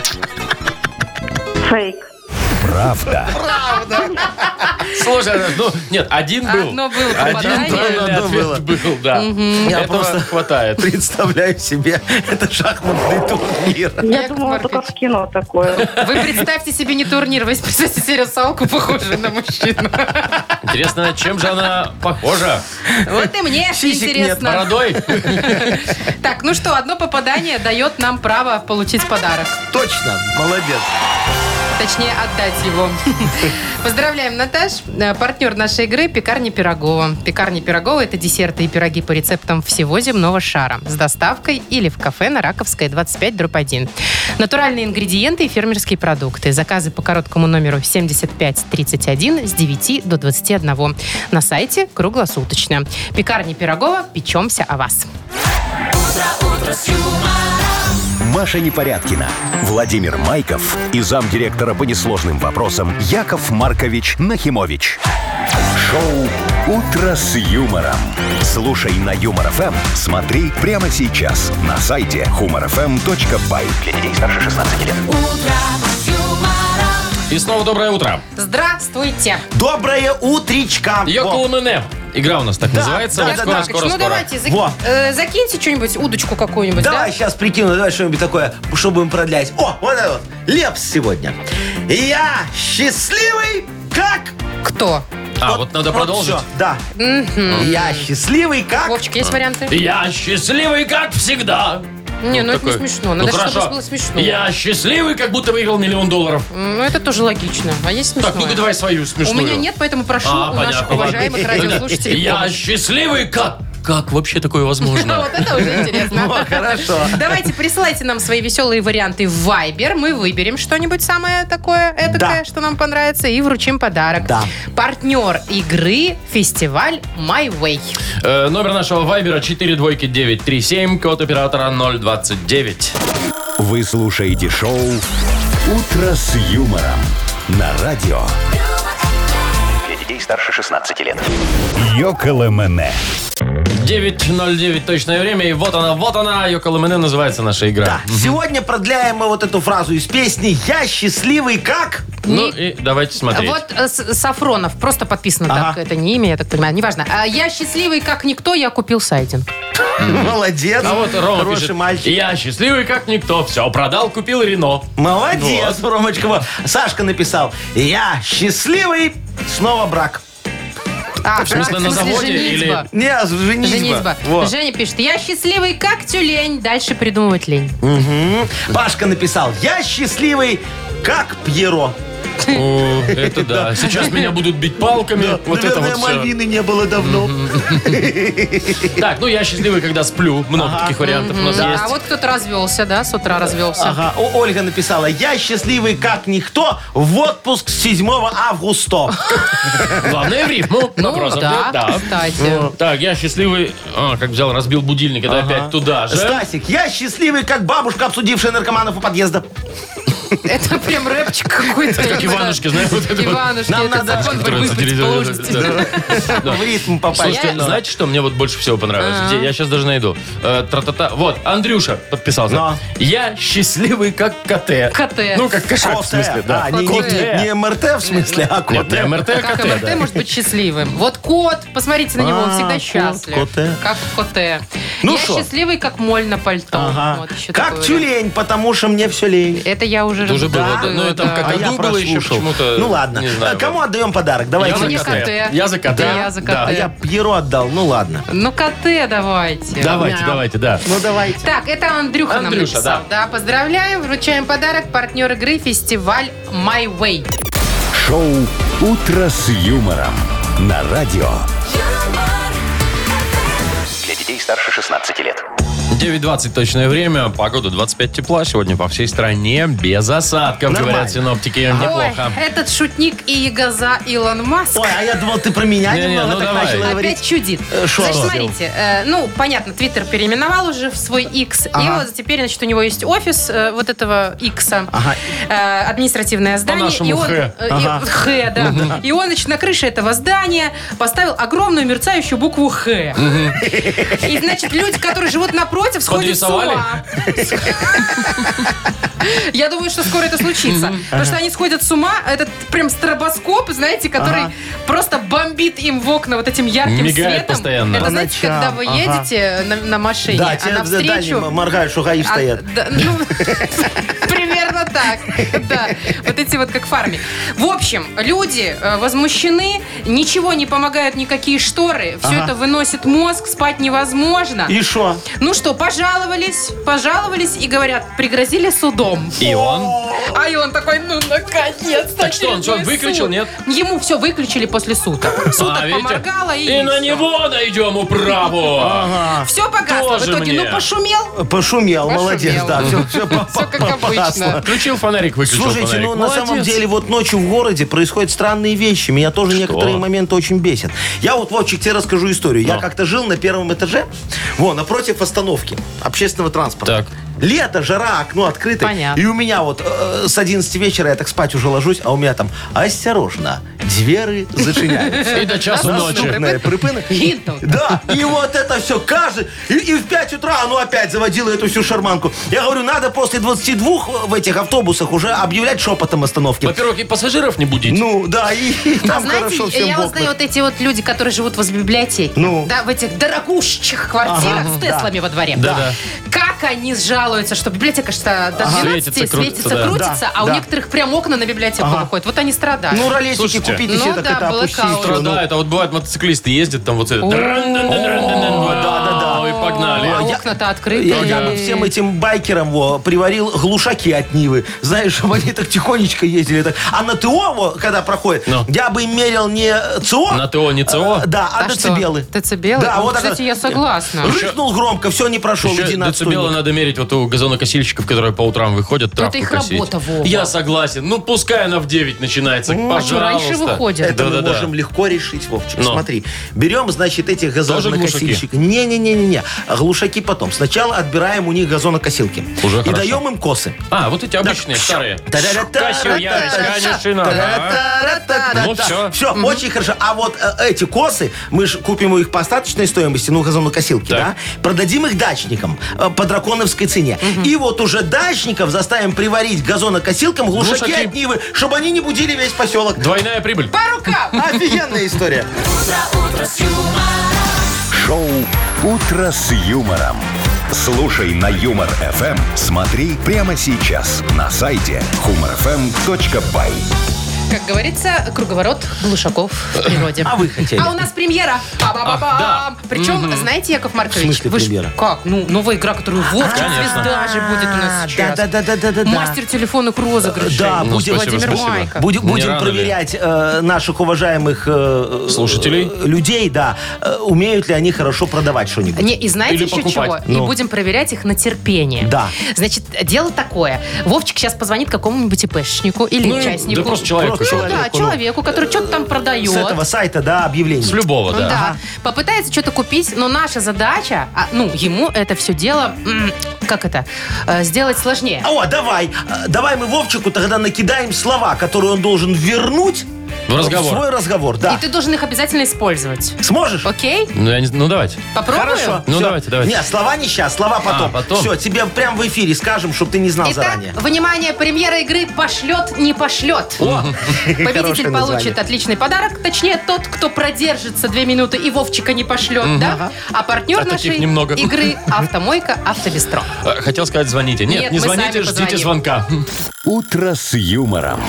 Фейк. Правда. Слушай, ну, нет, один был. Одно было Один попадание. правильный Одно ответ было. был, да. Я Этого просто хватает. представляю себе, это шахматный турнир. Я Яков думала, Маркович. только в кино такое. Вы представьте себе не турнир, вы представьте себе русалку, похожую на мужчину. Интересно, чем же она похожа? Вот и мне Сисек нет, интересно. Бородой? Так, ну что, одно попадание дает нам право получить подарок. Точно, молодец. Точнее, отдать его. Поздравляем, Наташ. Партнер нашей игры – пекарня Пирогова. Пекарня Пирогова – это десерты и пироги по рецептам всего земного шара. С доставкой или в кафе на Раковская, 25/1. Натуральные ингредиенты и фермерские продукты. Заказы по короткому номеру 7531 с 9 до 21. На сайте круглосуточно. Пекарня Пирогова. Печемся о вас. Маша Непорядкина, Владимир Майков и замдиректора по несложным вопросам Яков Маркович Нахимович. Шоу «Утро с юмором». Слушай на Юмор ФМ, смотри прямо сейчас на сайте humorfm.by. Для детей старше 16 лет. И снова доброе утро. Здравствуйте. Доброе утречка. Во. Йоколомене. Игра у нас так называется. да, Вот да, скоро, да. скоро, Ну скоро. давайте, Во. закиньте что-нибудь, удочку какую-нибудь, Давай да? сейчас прикину, давай что-нибудь такое, что будем продлять. О, вот это вот. Лепс сегодня. Я счастливый, как... Кто? Вот надо продолжить. всё, да. Я счастливый, как... Вовчик, есть варианты? Я счастливый, как всегда. Не, ну это не Такой. смешно. Надо, Ну, чтобы хорошо. было смешно. Я счастливый, как будто выиграл $1 миллион. Ну, это тоже логично. А есть смешное? Так, ну-ка давай свою У смешную. меня нет, поэтому прошу у наших понятно, уважаемых ладно. радиослушателей Я помощь. счастливый, как вообще такое Ну, возможно? вот это уже интересно. О, хорошо. Давайте присылайте нам свои веселые варианты в Viber. Мы выберем что-нибудь самое такое эдакое, Да. что нам понравится, и вручим подарок. Да. Партнер игры фестиваль My Way. Номер нашего вайбера 42937, код оператора 029. Вы слушаете шоу «Утро с юмором» на радио. Для детей старше 16 лет. Йоколэмэне. 9:09 точное время, и вот она, Йоколэмэне называется наша игра. Да, сегодня продляем мы вот эту фразу из песни «Я счастливый, как...» Ну и давайте смотреть. Вот Сафронов, просто подписано Ага. так, это не имя, я так понимаю, неважно. Я счастливый, как никто, я купил сайдинг. Молодец. А вот Рома Хороший пишет, мальчик. я счастливый, как никто, все, продал, купил Рено. Молодец, Ромочка. Вот. Сашка написал «Я счастливый, снова брак». В смысле, на заводе женитьба. Не, женитьба. Женитьба. Вот. Женя пишет, я счастливый, как тюлень. Дальше придумывать лень. Пашка написал «Я счастливый, как Пьеро». О, это да. Сейчас меня будут бить палками. Вот это Наверное, вот все. Мальвины не было давно. Так, ну я счастливый, когда сплю. Много таких вариантов у нас Да, есть. а вот кто-то развелся, да, с утра развелся. Ага. Ольга написала «Я счастливый, как никто, в отпуск с 7 августа». Главное в рифму. Ну, Вопросов да, нет, да. кстати. Так, я счастливый. Как взял, разбил будильник, это опять туда же. Стасик, я счастливый, как бабушка, обсудившая наркоманов у подъезда. Это прям рэпчик какой-то. Как Иванушки, знаешь, вот это вот. Иванушки, Нам это надо закон который борьбы с телевизор- противоположностью. Да. В ритм попасть. Слушайте, знаете, что мне вот больше всего понравилось? Где? Я сейчас даже найду. Тра-та-та. Вот, Андрюша подписался. Но. Я счастливый, как КТ. КТ. Ну, как кошак, в смысле, да. А, не МРТ в смысле, а Нет, кот. не МРТ, а Как КТ, МРТ да. может быть счастливым? Вот кот, посмотрите на него, он всегда кот, счастлив. коте. Как коте. Ну Я шо? счастливый, как моль на пальто. Ага. Вот еще Как такой тюлень, потому что мне все лень. Это я уже... Это уже было, да. Ну, это да. как А я году было еще прослушал. почему-то. Ну ладно. Не знаю. Кому отдаем подарок? Я Давайте. за Мне КТ. КТ. Я за КТ. Да, я за КТ. Да. А я Пьеро отдал. Ну ладно. Ну, коте давайте. Давайте, давайте, да. Ну давайте. Так, это Андрюха нам Андрюша, написал. Да, поздравляем, вручаем подарок. Партнер игры фестиваль My Way. Шоу «Утро с юмором» на радио. Для детей старше 16 лет. 9:20 точное время. Погода 25 тепла. Сегодня по всей стране без осадков, Нормально. говорят синоптики. Неплохо. Ой, этот шутник и ягоза Илон Маск Ой, а я думал, ты про меня Не-не, немного ну так давай. начала говорить. опять чудит. Шо Значит, он смотрите, понятно, Твиттер переименовал уже в свой X, и Ага. вот теперь, значит, у него есть офис вот этого Икса, Ага. административное здание. По-нашему и он, Х. Ага. Х, да. И он, значит, на крыше этого здания поставил огромную мерцающую букву Х. И, значит, люди, которые живут напротив, сходят с Подрисовали? ума. Я думаю, что скоро это случится. Потому что они сходят с ума. Этот прям стробоскоп, знаете, который просто бомбит им в окна вот этим ярким Мигает светом. постоянно. Это, По знаете, ночам. когда вы Ага. едете на машине, Да, а тебе дальним навстречу... моргают, что гаишь стоят. Примерно так. Да. Вот эти вот как в фарме. В общем, люди возмущены, ничего не помогают никакие шторы, все это выносит мозг, спать невозможно. И шо? Ну что, пожаловались и говорят, пригрозили судом. И он? А и он такой, ну, наконец-то. Так что, он что, очередной выключил, суд. нет? Ему все выключили после суток. Суток видите? поморгало И на всё. него найдем управу. Все погасло. В Тоже итоге, мне. ну, пошумел. Пошумел, молодец, да. Все Все как обычно. Включил фонарик, выключил Слушайте, фонарик. ну на самом Молодец. деле вот ночью в городе происходят странные вещи. Меня тоже некоторые моменты очень бесят. Я вот, Вовчик, тебе расскажу историю. Я как-то жил на первом этаже, напротив остановки общественного транспорта. Так. Лето, жара, окно открыто. Понятно. И у меня вот с 11 вечера я так спать уже ложусь, а у меня там осторожно, двери зачиняются. И до часу ночи. Наступная припынок. Гинтл. Да, и вот это все каждый. И в 5 утра оно опять заводило эту всю шарманку. Я говорю, надо после 22 в этих автобусах уже объявлять шепотом остановки. Во-первых, и пассажиров не будить. Ну, да, и А там хорошо знаете, всем я в вот знаю окнах. вот эти вот люди, которые живут возле библиотеки. Ну. Да, в этих дорогущих квартирах Ага, с Теслами во дворе. Да-да. Как они жалуются, что библиотека что до 12 Светится, крутится, да. крутится, Да, а у да. некоторых прям окна на библиотеку выходят. Вот они страдают. Ну, ролетики Слушайте, купите ну себе, так да, это блэкаут. опустите. Страдает. А вот бывает, мотоциклисты ездят, там вот это... Да-да-да. И погнали. А окна-то открыты. Я бы всем этим байкерам приварил глушаки от Нивы. Знаешь, чтобы они так тихонечко ездили. Так. А на ТО, когда проходит, Ну. я бы им мерил не ЦО. На ТО не ЦО? Да, а А децибелы. что? Децибелы? Да, Ну, вот кстати, это- я согласна. Рыкнул громко, все, не прошел, Еще иди на децибелы отстойник. надо мерить вот у газонокосильщиков, которые по утрам выходят Ну, это травку их косить. работа, Вова. Я согласен. Ну, пускай она в 9 начинается. А что, раньше Пожалуйста. выходят? Это мы Да-да-да. можем легко решить, Вовчик. Но. Смотри, берем, значит, этих газонокосильщиков. Не-не-не-не. Глушаки потом. Сначала отбираем у них газонокосилки. Уже И хорошо. даем им косы. А, вот эти обычные, старые. Та-да-да-та, конечно. та-да-та-та-та-та. Ну, всё. Все, очень хорошо. А вот эти косы, мы же купим их по остаточной стоимости, газонокосилки, Так. да? Продадим их дачникам по драконовской цене. И вот уже дачников заставим приварить газонокосилкам глушаки Глушаки. от Нивы, чтобы они не будили весь поселок. Двойная прибыль. По рукам! Офигенная история. Шоу «Утро с юмором». Слушай на Юмор ФМ. Смотри прямо сейчас на сайте humorfm.by. Как говорится, круговорот глушаков в природе. А вы хотели? А у нас премьера. Па-ба-ба-бам. да. Причем, знаете, Яков Маркович, В смысле вы ж- премьера? Как? Ну, новая игра, которую Вовчик Конечно. Звезда же будет у нас сейчас. Да. Мастер телефонных розыгрышей. Да, Ну, будем, спасибо, Владимир спасибо. Майков. Будем Не рано ли? проверять наших уважаемых Слушателей? людей, да, умеют ли они хорошо продавать что-нибудь. Не, и знаете Или еще покупать. чего? Ну. И будем проверять их на терпение. Да. Значит, дело такое. Вовчик сейчас позвонит какому-нибудь ИПшнику или Ну, участнику. да просто человеку. Просто Ну да, человеку, человеку, который что-то там продает. С этого сайта, да, объявлений. С любого, Ну да. да. Попытается что-то купить, но наша задача, ему это все дело, сделать сложнее. О, давай мы Вовчику тогда накидаем слова, которые он должен вернуть В разговор. свой разговор, да. И ты должен их обязательно использовать. Сможешь? Окей? Ну, давайте. Попробуем? Хорошо. Ну, Всё. давайте. Нет, слова не сейчас, слова потом. потом. Все, тебе прям в эфире скажем, чтобы ты не знал Итак, заранее. внимание, премьера игры «Пошлет, не пошлет». Победитель Хорошее получит название. отличный подарок. Точнее, тот, кто продержится 2 минуты и Вовчика не пошлет, да? А партнер А таких нашей немного. игры «Автомойка Автобестро». Хотел сказать, звоните. Нет, Нет, не мы звоните, сами ждите позвоним. звонка. «Утро с юмором».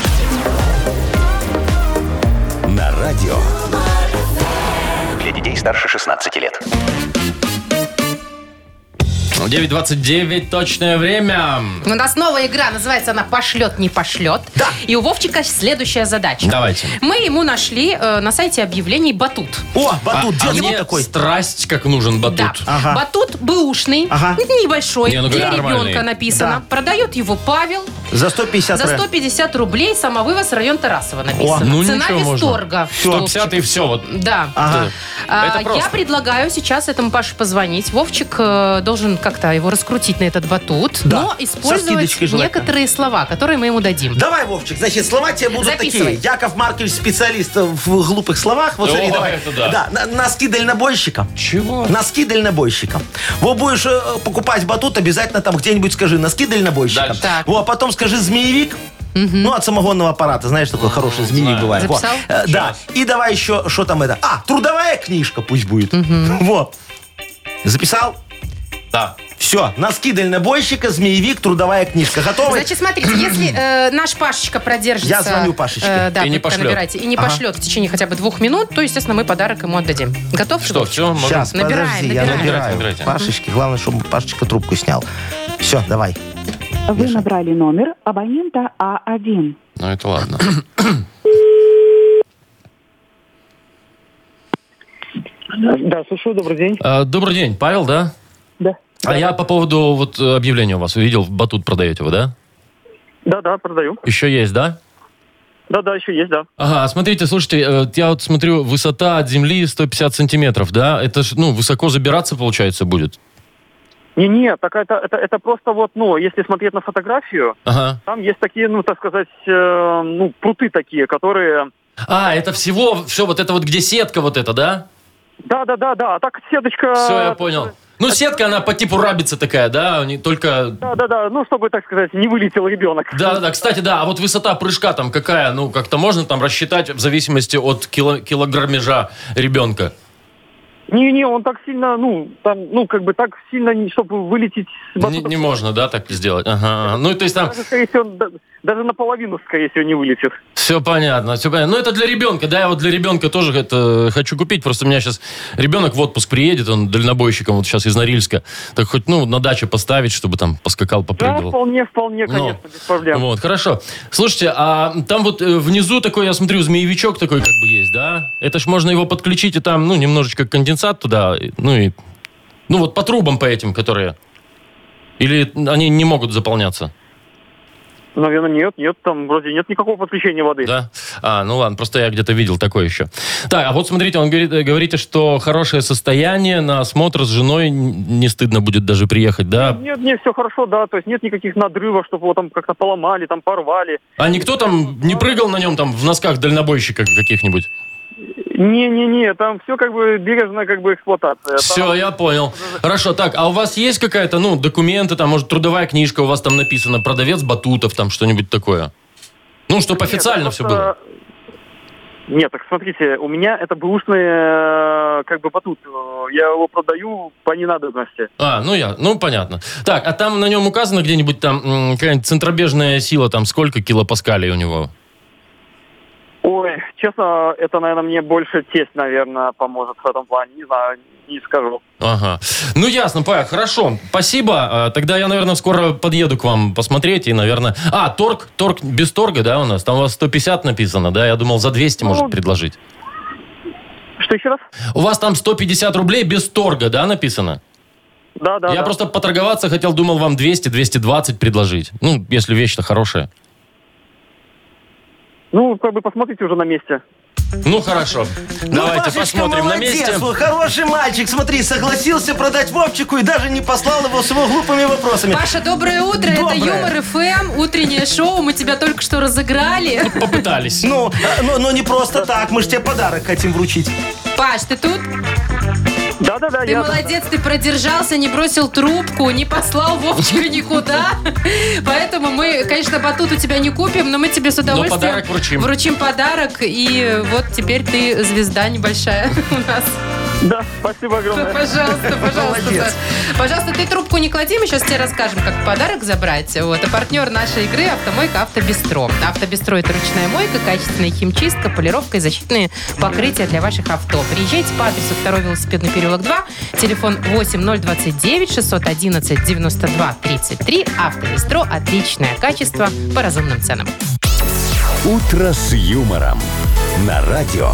На радио. Для детей старше 16 лет. 9:29 точное время. У нас новая игра, называется она «Пошлет, не пошлет». Да. И у Вовчика следующая задача. Давайте. Мы ему нашли на сайте объявлений батут. О, батут, А детский мне такой. страсть, как нужен батут. Да. Ага. Батут бэушный, Ага. небольшой, Не, ну, для нормальный. ребенка написано. Да. Продает его Павел За 150 за 150 рублей, самовывоз, район Тарасова написано. Ну, Цена ничего, можно. Восторга. 150 и все. Вот. Да. Ага. Это Я просто. предлагаю сейчас этому Паше позвонить. Вовчик должен как-то его раскрутить на этот батут, Да. но Со использовать скидочкой желательно. некоторые слова, которые мы ему дадим. Давай, Вовчик, значит, слова тебе будут Записывай. такие. Яков Маркович специалист в глупых словах. Вот смотри, О, давай. это да. Носки дальнобойщика. Чего? Носки дальнобойщика. Вот будешь покупать батут, обязательно там где-нибудь скажи носки дальнобойщика. Дальше. Так. Вот, а потом скажи змеевик. Ну, от самогонного аппарата. Знаешь, такой хороший змеевик знаю. бывает. Записал? Вот. Да. И давай еще, что там это? Трудовая книжка пусть будет. Вот. Записал? Да. Все. Носки дальнобойщика, змеевик, трудовая книжка. Готовы? Значит, смотрите, если наш Пашечка продержится... Я звоню Пашечке. Да, И не вы пока пошлет. набирайте. И не пошлет в течение хотя бы 2 минут, то, естественно, мы подарок ему отдадим. Готов? Что, Вовчик? все? Сейчас, Набираем, подожди, я набираем. набираю. Набирайте. Пашечке, главное, чтобы Пашечка трубку снял. Все, давай. Вы набрали номер абонента А1. Ну, это ладно. Да, слушаю, добрый день. Добрый день, Павел, да? Да. А я по поводу вот объявления у вас увидел, батут продаете вы, да? Да, продаю. Еще есть, да? Да, еще есть, да. Ага, смотрите, слушайте, я вот смотрю, высота от земли 150 сантиметров, да? Это ж, высоко забираться, получается, будет? Не, так это просто вот, если смотреть на фотографию, Ага. там есть такие, так сказать, пруты такие, которые... Это все вот это вот, где сетка вот эта, да? Да, а так сеточка... Все, я понял. Сетка, она по типу рабица такая, да? Не только... Да, чтобы, так сказать, не вылетел ребенок. Да, кстати, да, а вот высота прыжка там какая? Как-то можно там рассчитать в зависимости от килограммежа ребенка? Не, он так сильно, так сильно, чтобы вылететь с батута. Не можно, да, так сделать? Ага. То есть там... Даже, скорее всего, даже наполовину, скорее всего, не вылетит. Все понятно. Это для ребенка, да, я вот для ребенка тоже это хочу купить, просто у меня сейчас ребенок в отпуск приедет, он дальнобойщиком вот сейчас из Норильска, так хоть, на даче поставить, чтобы там поскакал, Да, попрыгал. вполне, конечно, без проблем. Вот, хорошо. Слушайте, а там вот внизу такой, я смотрю, змеевичок такой как бы есть, да? Это ж можно его подключить, и там, немножечко конденсат туда, вот по трубам по этим, которые... Или они не могут заполняться? Наверное, нет, там вроде нет никакого подключения воды. Да? Ладно, просто я где-то видел такое еще. Так, а вот смотрите, говорите, что хорошее состояние, на осмотр с женой не стыдно будет даже приехать, да? Нет, все хорошо, да, то есть нет никаких надрывов, чтобы его там как-то поломали, там порвали. А никто там не прыгал на нем там в носках дальнобойщика каких-нибудь? Не, там все как бы бережная как бы эксплуатация. Все, я понял. Хорошо, так, а у вас есть какая-то, документы, там, может, трудовая книжка у вас там написано, продавец батутов, там, что-нибудь такое? Чтобы официально все было. Нет, так смотрите, у меня это бэушный как бы батут. Я его продаю по ненадобности. Понятно. Так, а там на нем указано где-нибудь там какая-нибудь центробежная сила, там, сколько килопаскалей у него? Ой, честно, это, наверное, мне больше тесть, наверное, поможет в этом плане. Не знаю, не скажу. Ага. Ясно, Павел, хорошо. Спасибо. Тогда я, наверное, скоро подъеду к вам посмотреть и, наверное... торг без торга, да, у нас? Там у вас 150 написано, да? Я думал, за 200 может предложить. Что еще раз? У вас там 150 рублей без торга, да, написано? Да. Я просто поторговаться хотел, думал вам 200-220 предложить. Если вещь-то хорошая. Как бы посмотрите уже на месте. Хорошо. Давайте Пашечка, посмотрим на молодец, месте. Хороший мальчик, смотри, согласился продать Вовчику и даже не послал его с его глупыми вопросами. Паша, доброе утро. Доброе. Это Юмор ФМ, утреннее шоу. Мы тебя только что разыграли. Попытались. Но не просто так, мы же тебе подарок хотим вручить. Паш, ты тут? Да, Ты молодец, ты продержался, не бросил трубку, не послал Вовчика никуда. Поэтому мы, конечно, батут у тебя не купим, но мы тебе с удовольствием подарок вручим. Вручим подарок. И вот теперь ты звезда небольшая у нас. Да, спасибо огромное. Пожалуйста, пожалуйста. Молодец. Саш. Пожалуйста, ты трубку не клади, мы сейчас тебе расскажем, как подарок забрать. Вот. А партнер нашей игры — автомойка «Автобестро». «Автобестро» — это ручная мойка, качественная химчистка, полировка и защитные покрытия для ваших авто. Приезжайте по адресу 2 велосипедный переулок 2, телефон 8029 611 92 33. «Автобестро» — отличное качество по разумным ценам. «Утро с юмором» на радио.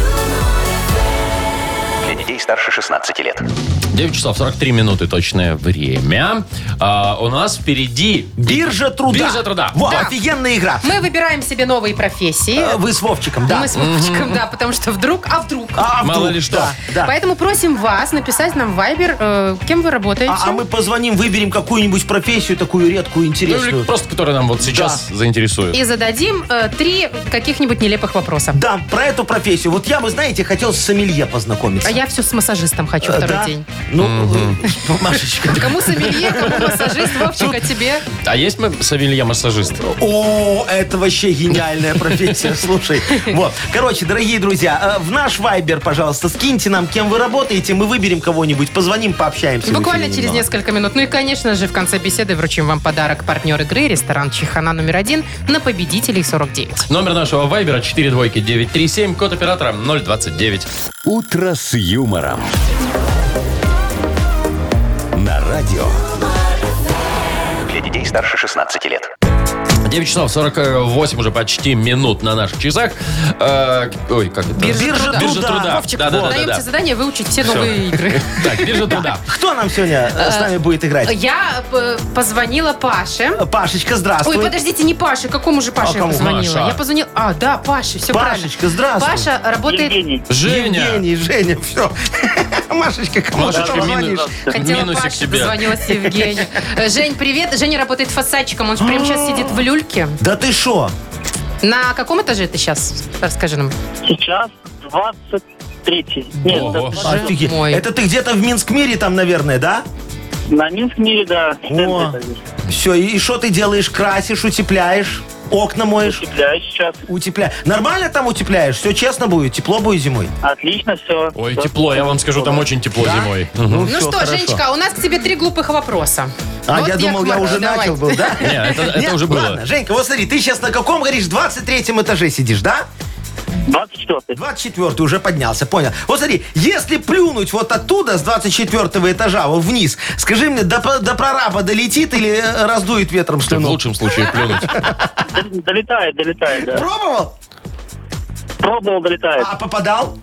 Для детей старше 16 лет. 9 часов 43 минуты точное время. У нас впереди... Биржа труда. Биржа труда. Во, Да. офигенная игра. Мы выбираем себе новые профессии. Вы с Вовчиком, да? Мы с Вовчиком, да, потому что вдруг. Мало ли что. Да. Поэтому просим вас написать нам в Viber, кем вы работаете. А мы позвоним, выберем какую-нибудь профессию, такую редкую, Ну, интересную. или просто, которая нам вот сейчас заинтересует. И зададим 3 каких-нибудь нелепых вопроса. Да, про эту профессию. Вот я бы, знаете, хотел с сомелье познакомиться. А я все с массажистом хочу второй Да? день. Ну, Машечка. Кому сомелье, кому массажист, Вовчик, а тебе? А есть сомелье-массажист? О, это вообще гениальная профессия, слушай. Вот, короче, дорогие друзья, в наш Вайбер, пожалуйста, скиньте нам, кем вы работаете, мы выберем кого-нибудь, позвоним, пообщаемся. в Буквально эфире через немного. несколько минут. Ну и, конечно же, в конце беседы вручим вам подарок. Партнер игры — ресторан «Чихана» номер 1 на Победителей 49. Номер нашего вайбера 42937, код оператора 029. «Утро с юмором» на радио. Для детей старше 16 лет. 9 часов 48 уже почти минут на наших часах. Ой, как это? Биржа Биржа труда. труда. Вовчик, Да. даем тебе задание выучить все новые игры. Так, биржа труда. Кто нам сегодня с нами будет играть? Я позвонила Паше. Пашечка, здравствуй. Ой, подождите, не Паше. Какому же Паше я кому? позвонила? Маша. Я позвонила... Да, Паше, все правильно. Пашечка, здравствуй. Паша работает... Евгений. Женя. Евгений, Женя, все. Машечка, кому ты Машечка, позвонишь? Хотела минусик Паше, себе. дозвонилась Евгению. Жень, привет. Женя работает фасадчиком. Он прямо сейчас сидит в люльке. Да ты шо? На каком этаже ты сейчас? Расскажи нам. Сейчас 23-й. Нет, Ого. да, Офигеть. мой. Это ты где-то в Минск-мире там, наверное, да? на Минск-мире, да. О, все, и что ты делаешь? Красишь, утепляешь? Окна моешь? Утепляю сейчас. Нормально там утепляешь? Все честно будет? Тепло будет зимой? Отлично все. Ой, тепло, я вам скажу, там очень тепло Да? зимой. Ну всё, что, хорошо. Женечка, у нас к тебе 3 глупых вопроса. Вот, Я думал, я Яков уже Маркович, начал давай. был, да? Не, это Нет, уже было. Ладно, Женька, вот смотри, ты сейчас на каком, говоришь, 23-м этаже сидишь, да? 24-й. 24-й уже поднялся, понял. Вот смотри, если плюнуть вот оттуда, с 24-го этажа, вот вниз, скажи мне, до прораба долетит или раздует ветром В слюну? лучшем случае плюнуть. Долетает, да. Пробовал? Пробовал, долетает. А попадал?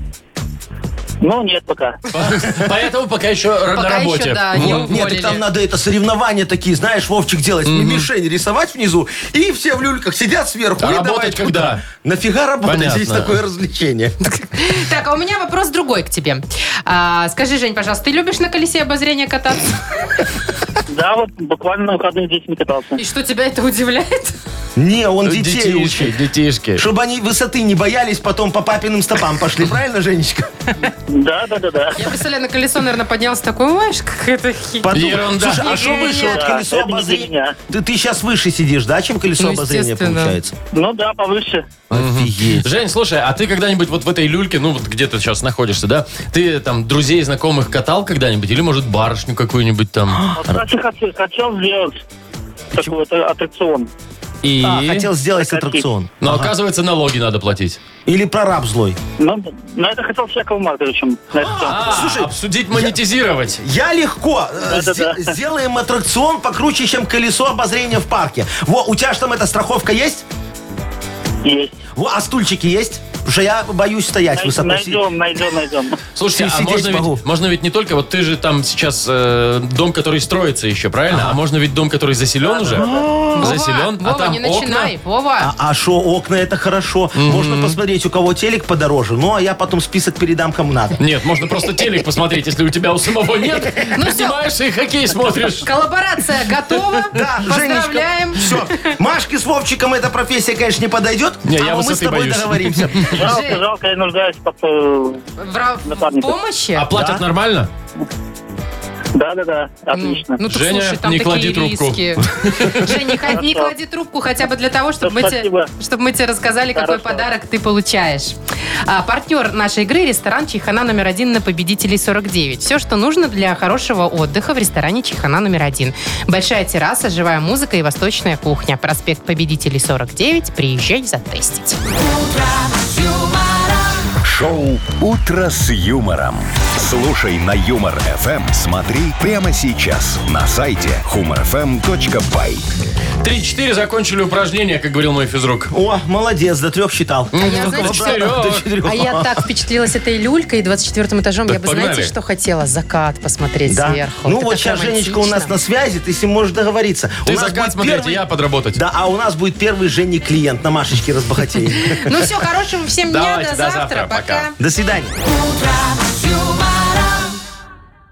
Ну, нет пока. Поэтому пока еще на Пока работе. еще, да, не Вот. Нет, уволили. так там надо это соревнования такие, знаешь, Вовчик, делать, мишень рисовать внизу, и все в люльках сидят сверху. А и работать давай когда? туда. Нафига работать? Понятно. Здесь такое развлечение. Так, а у меня вопрос другой к тебе. Скажи, Жень, пожалуйста, ты любишь на колесе обозрения кататься? Да, вот буквально на выходных здесь не катался. И что, тебя это удивляет? Не, он детей Детишки, учит. детишки. Чтобы они высоты не боялись, потом по папиным стопам пошли. Правильно, Женечка? Да. Я представляю, на колесо, наверное, поднялся такой, ой, какая-то Потом- Ерунда. Слушай, а что Не-не-не. выше? Вот Да, колесо это не для обозрения. меня. Ты сейчас выше сидишь, да, чем колесо Ну, обозрения естественно. получается? Ну да, повыше. Офигеть. Жень, слушай, а ты когда-нибудь вот в этой люльке, ну вот где ты сейчас находишься, да? Ты там друзей, знакомых катал когда-нибудь? Или, может, барышню какую-нибудь там? Вот, кстати, хотел сделать такой вот аттракцион. И... Хотел сделать Прокатить. аттракцион. Но оказывается, налоги надо платить. Или прораб злой. Ну, это хотел с Яковом Марковичем. Слушай, обсудить, монетизировать. Я легко. Да-да-да. Сделаем аттракцион покруче, чем колесо обозрения в парке. Во, у тебя же там эта страховка есть? Есть. Во, а стульчики есть? Потому что я боюсь стоять высоко. Найдем. Слушайте, а Сидеть могу. можно ведь не только, вот ты же там сейчас дом, который строится еще, правильно? А можно ведь дом, который заселен уже? Заселен, а Вова, там не начинай, Вова. А что, окна это хорошо. Можно посмотреть, у кого телек подороже. Ну, а я потом список передам, кому надо. Нет, можно просто телек посмотреть, если у тебя у самого нет. Ну всё. Снимаешь и хоккей смотришь. Коллаборация готова. Да, Поздравляем. Все. Машке с Вовчиком эта профессия, конечно, не подойдет. Не, я а мы с высоты тобой боюсь. договоримся. Жень. Жалко, я нуждаюсь В напарника. помощи? А платят Да? нормально? Да, отлично. Ну, так Женя, слушай, там не такие клади трубку. риски. Женя, не клади трубку хотя бы для того, чтобы Спасибо. мы тебе рассказали, какой Хорошо. подарок ты получаешь. Партнер нашей игры – ресторан «Чайхана номер 1» на Победителей 49. Все, что нужно для хорошего отдыха в ресторане «Чайхана номер 1». Большая терраса, живая музыка и восточная кухня. Проспект Победителей 49. Приезжай затестить. Шоу «Утро с юмором». Слушай на Юмор ФМ. Смотри прямо сейчас на сайте humorfm.by. 3-4 закончили упражнение, как говорил мой физрук. О, молодец, до 3 считал. я, знаете, До 4. А я так впечатлилась этой люлькой и 24 этажом. Так Я бы, погнали. знаете, что хотела? Закат посмотреть Да. сверху. Ну Это вот так сейчас Женечка у нас романтично. на связи, ты с ним можешь договориться. Ты У нас закат будет смотреть, первый- я подработать. Да, а у нас будет первый Жене клиент на Машечке разбогатей. Ну все, хорошего всем дня. Давайте, До до завтра. завтра. Пока. До свидания. Утро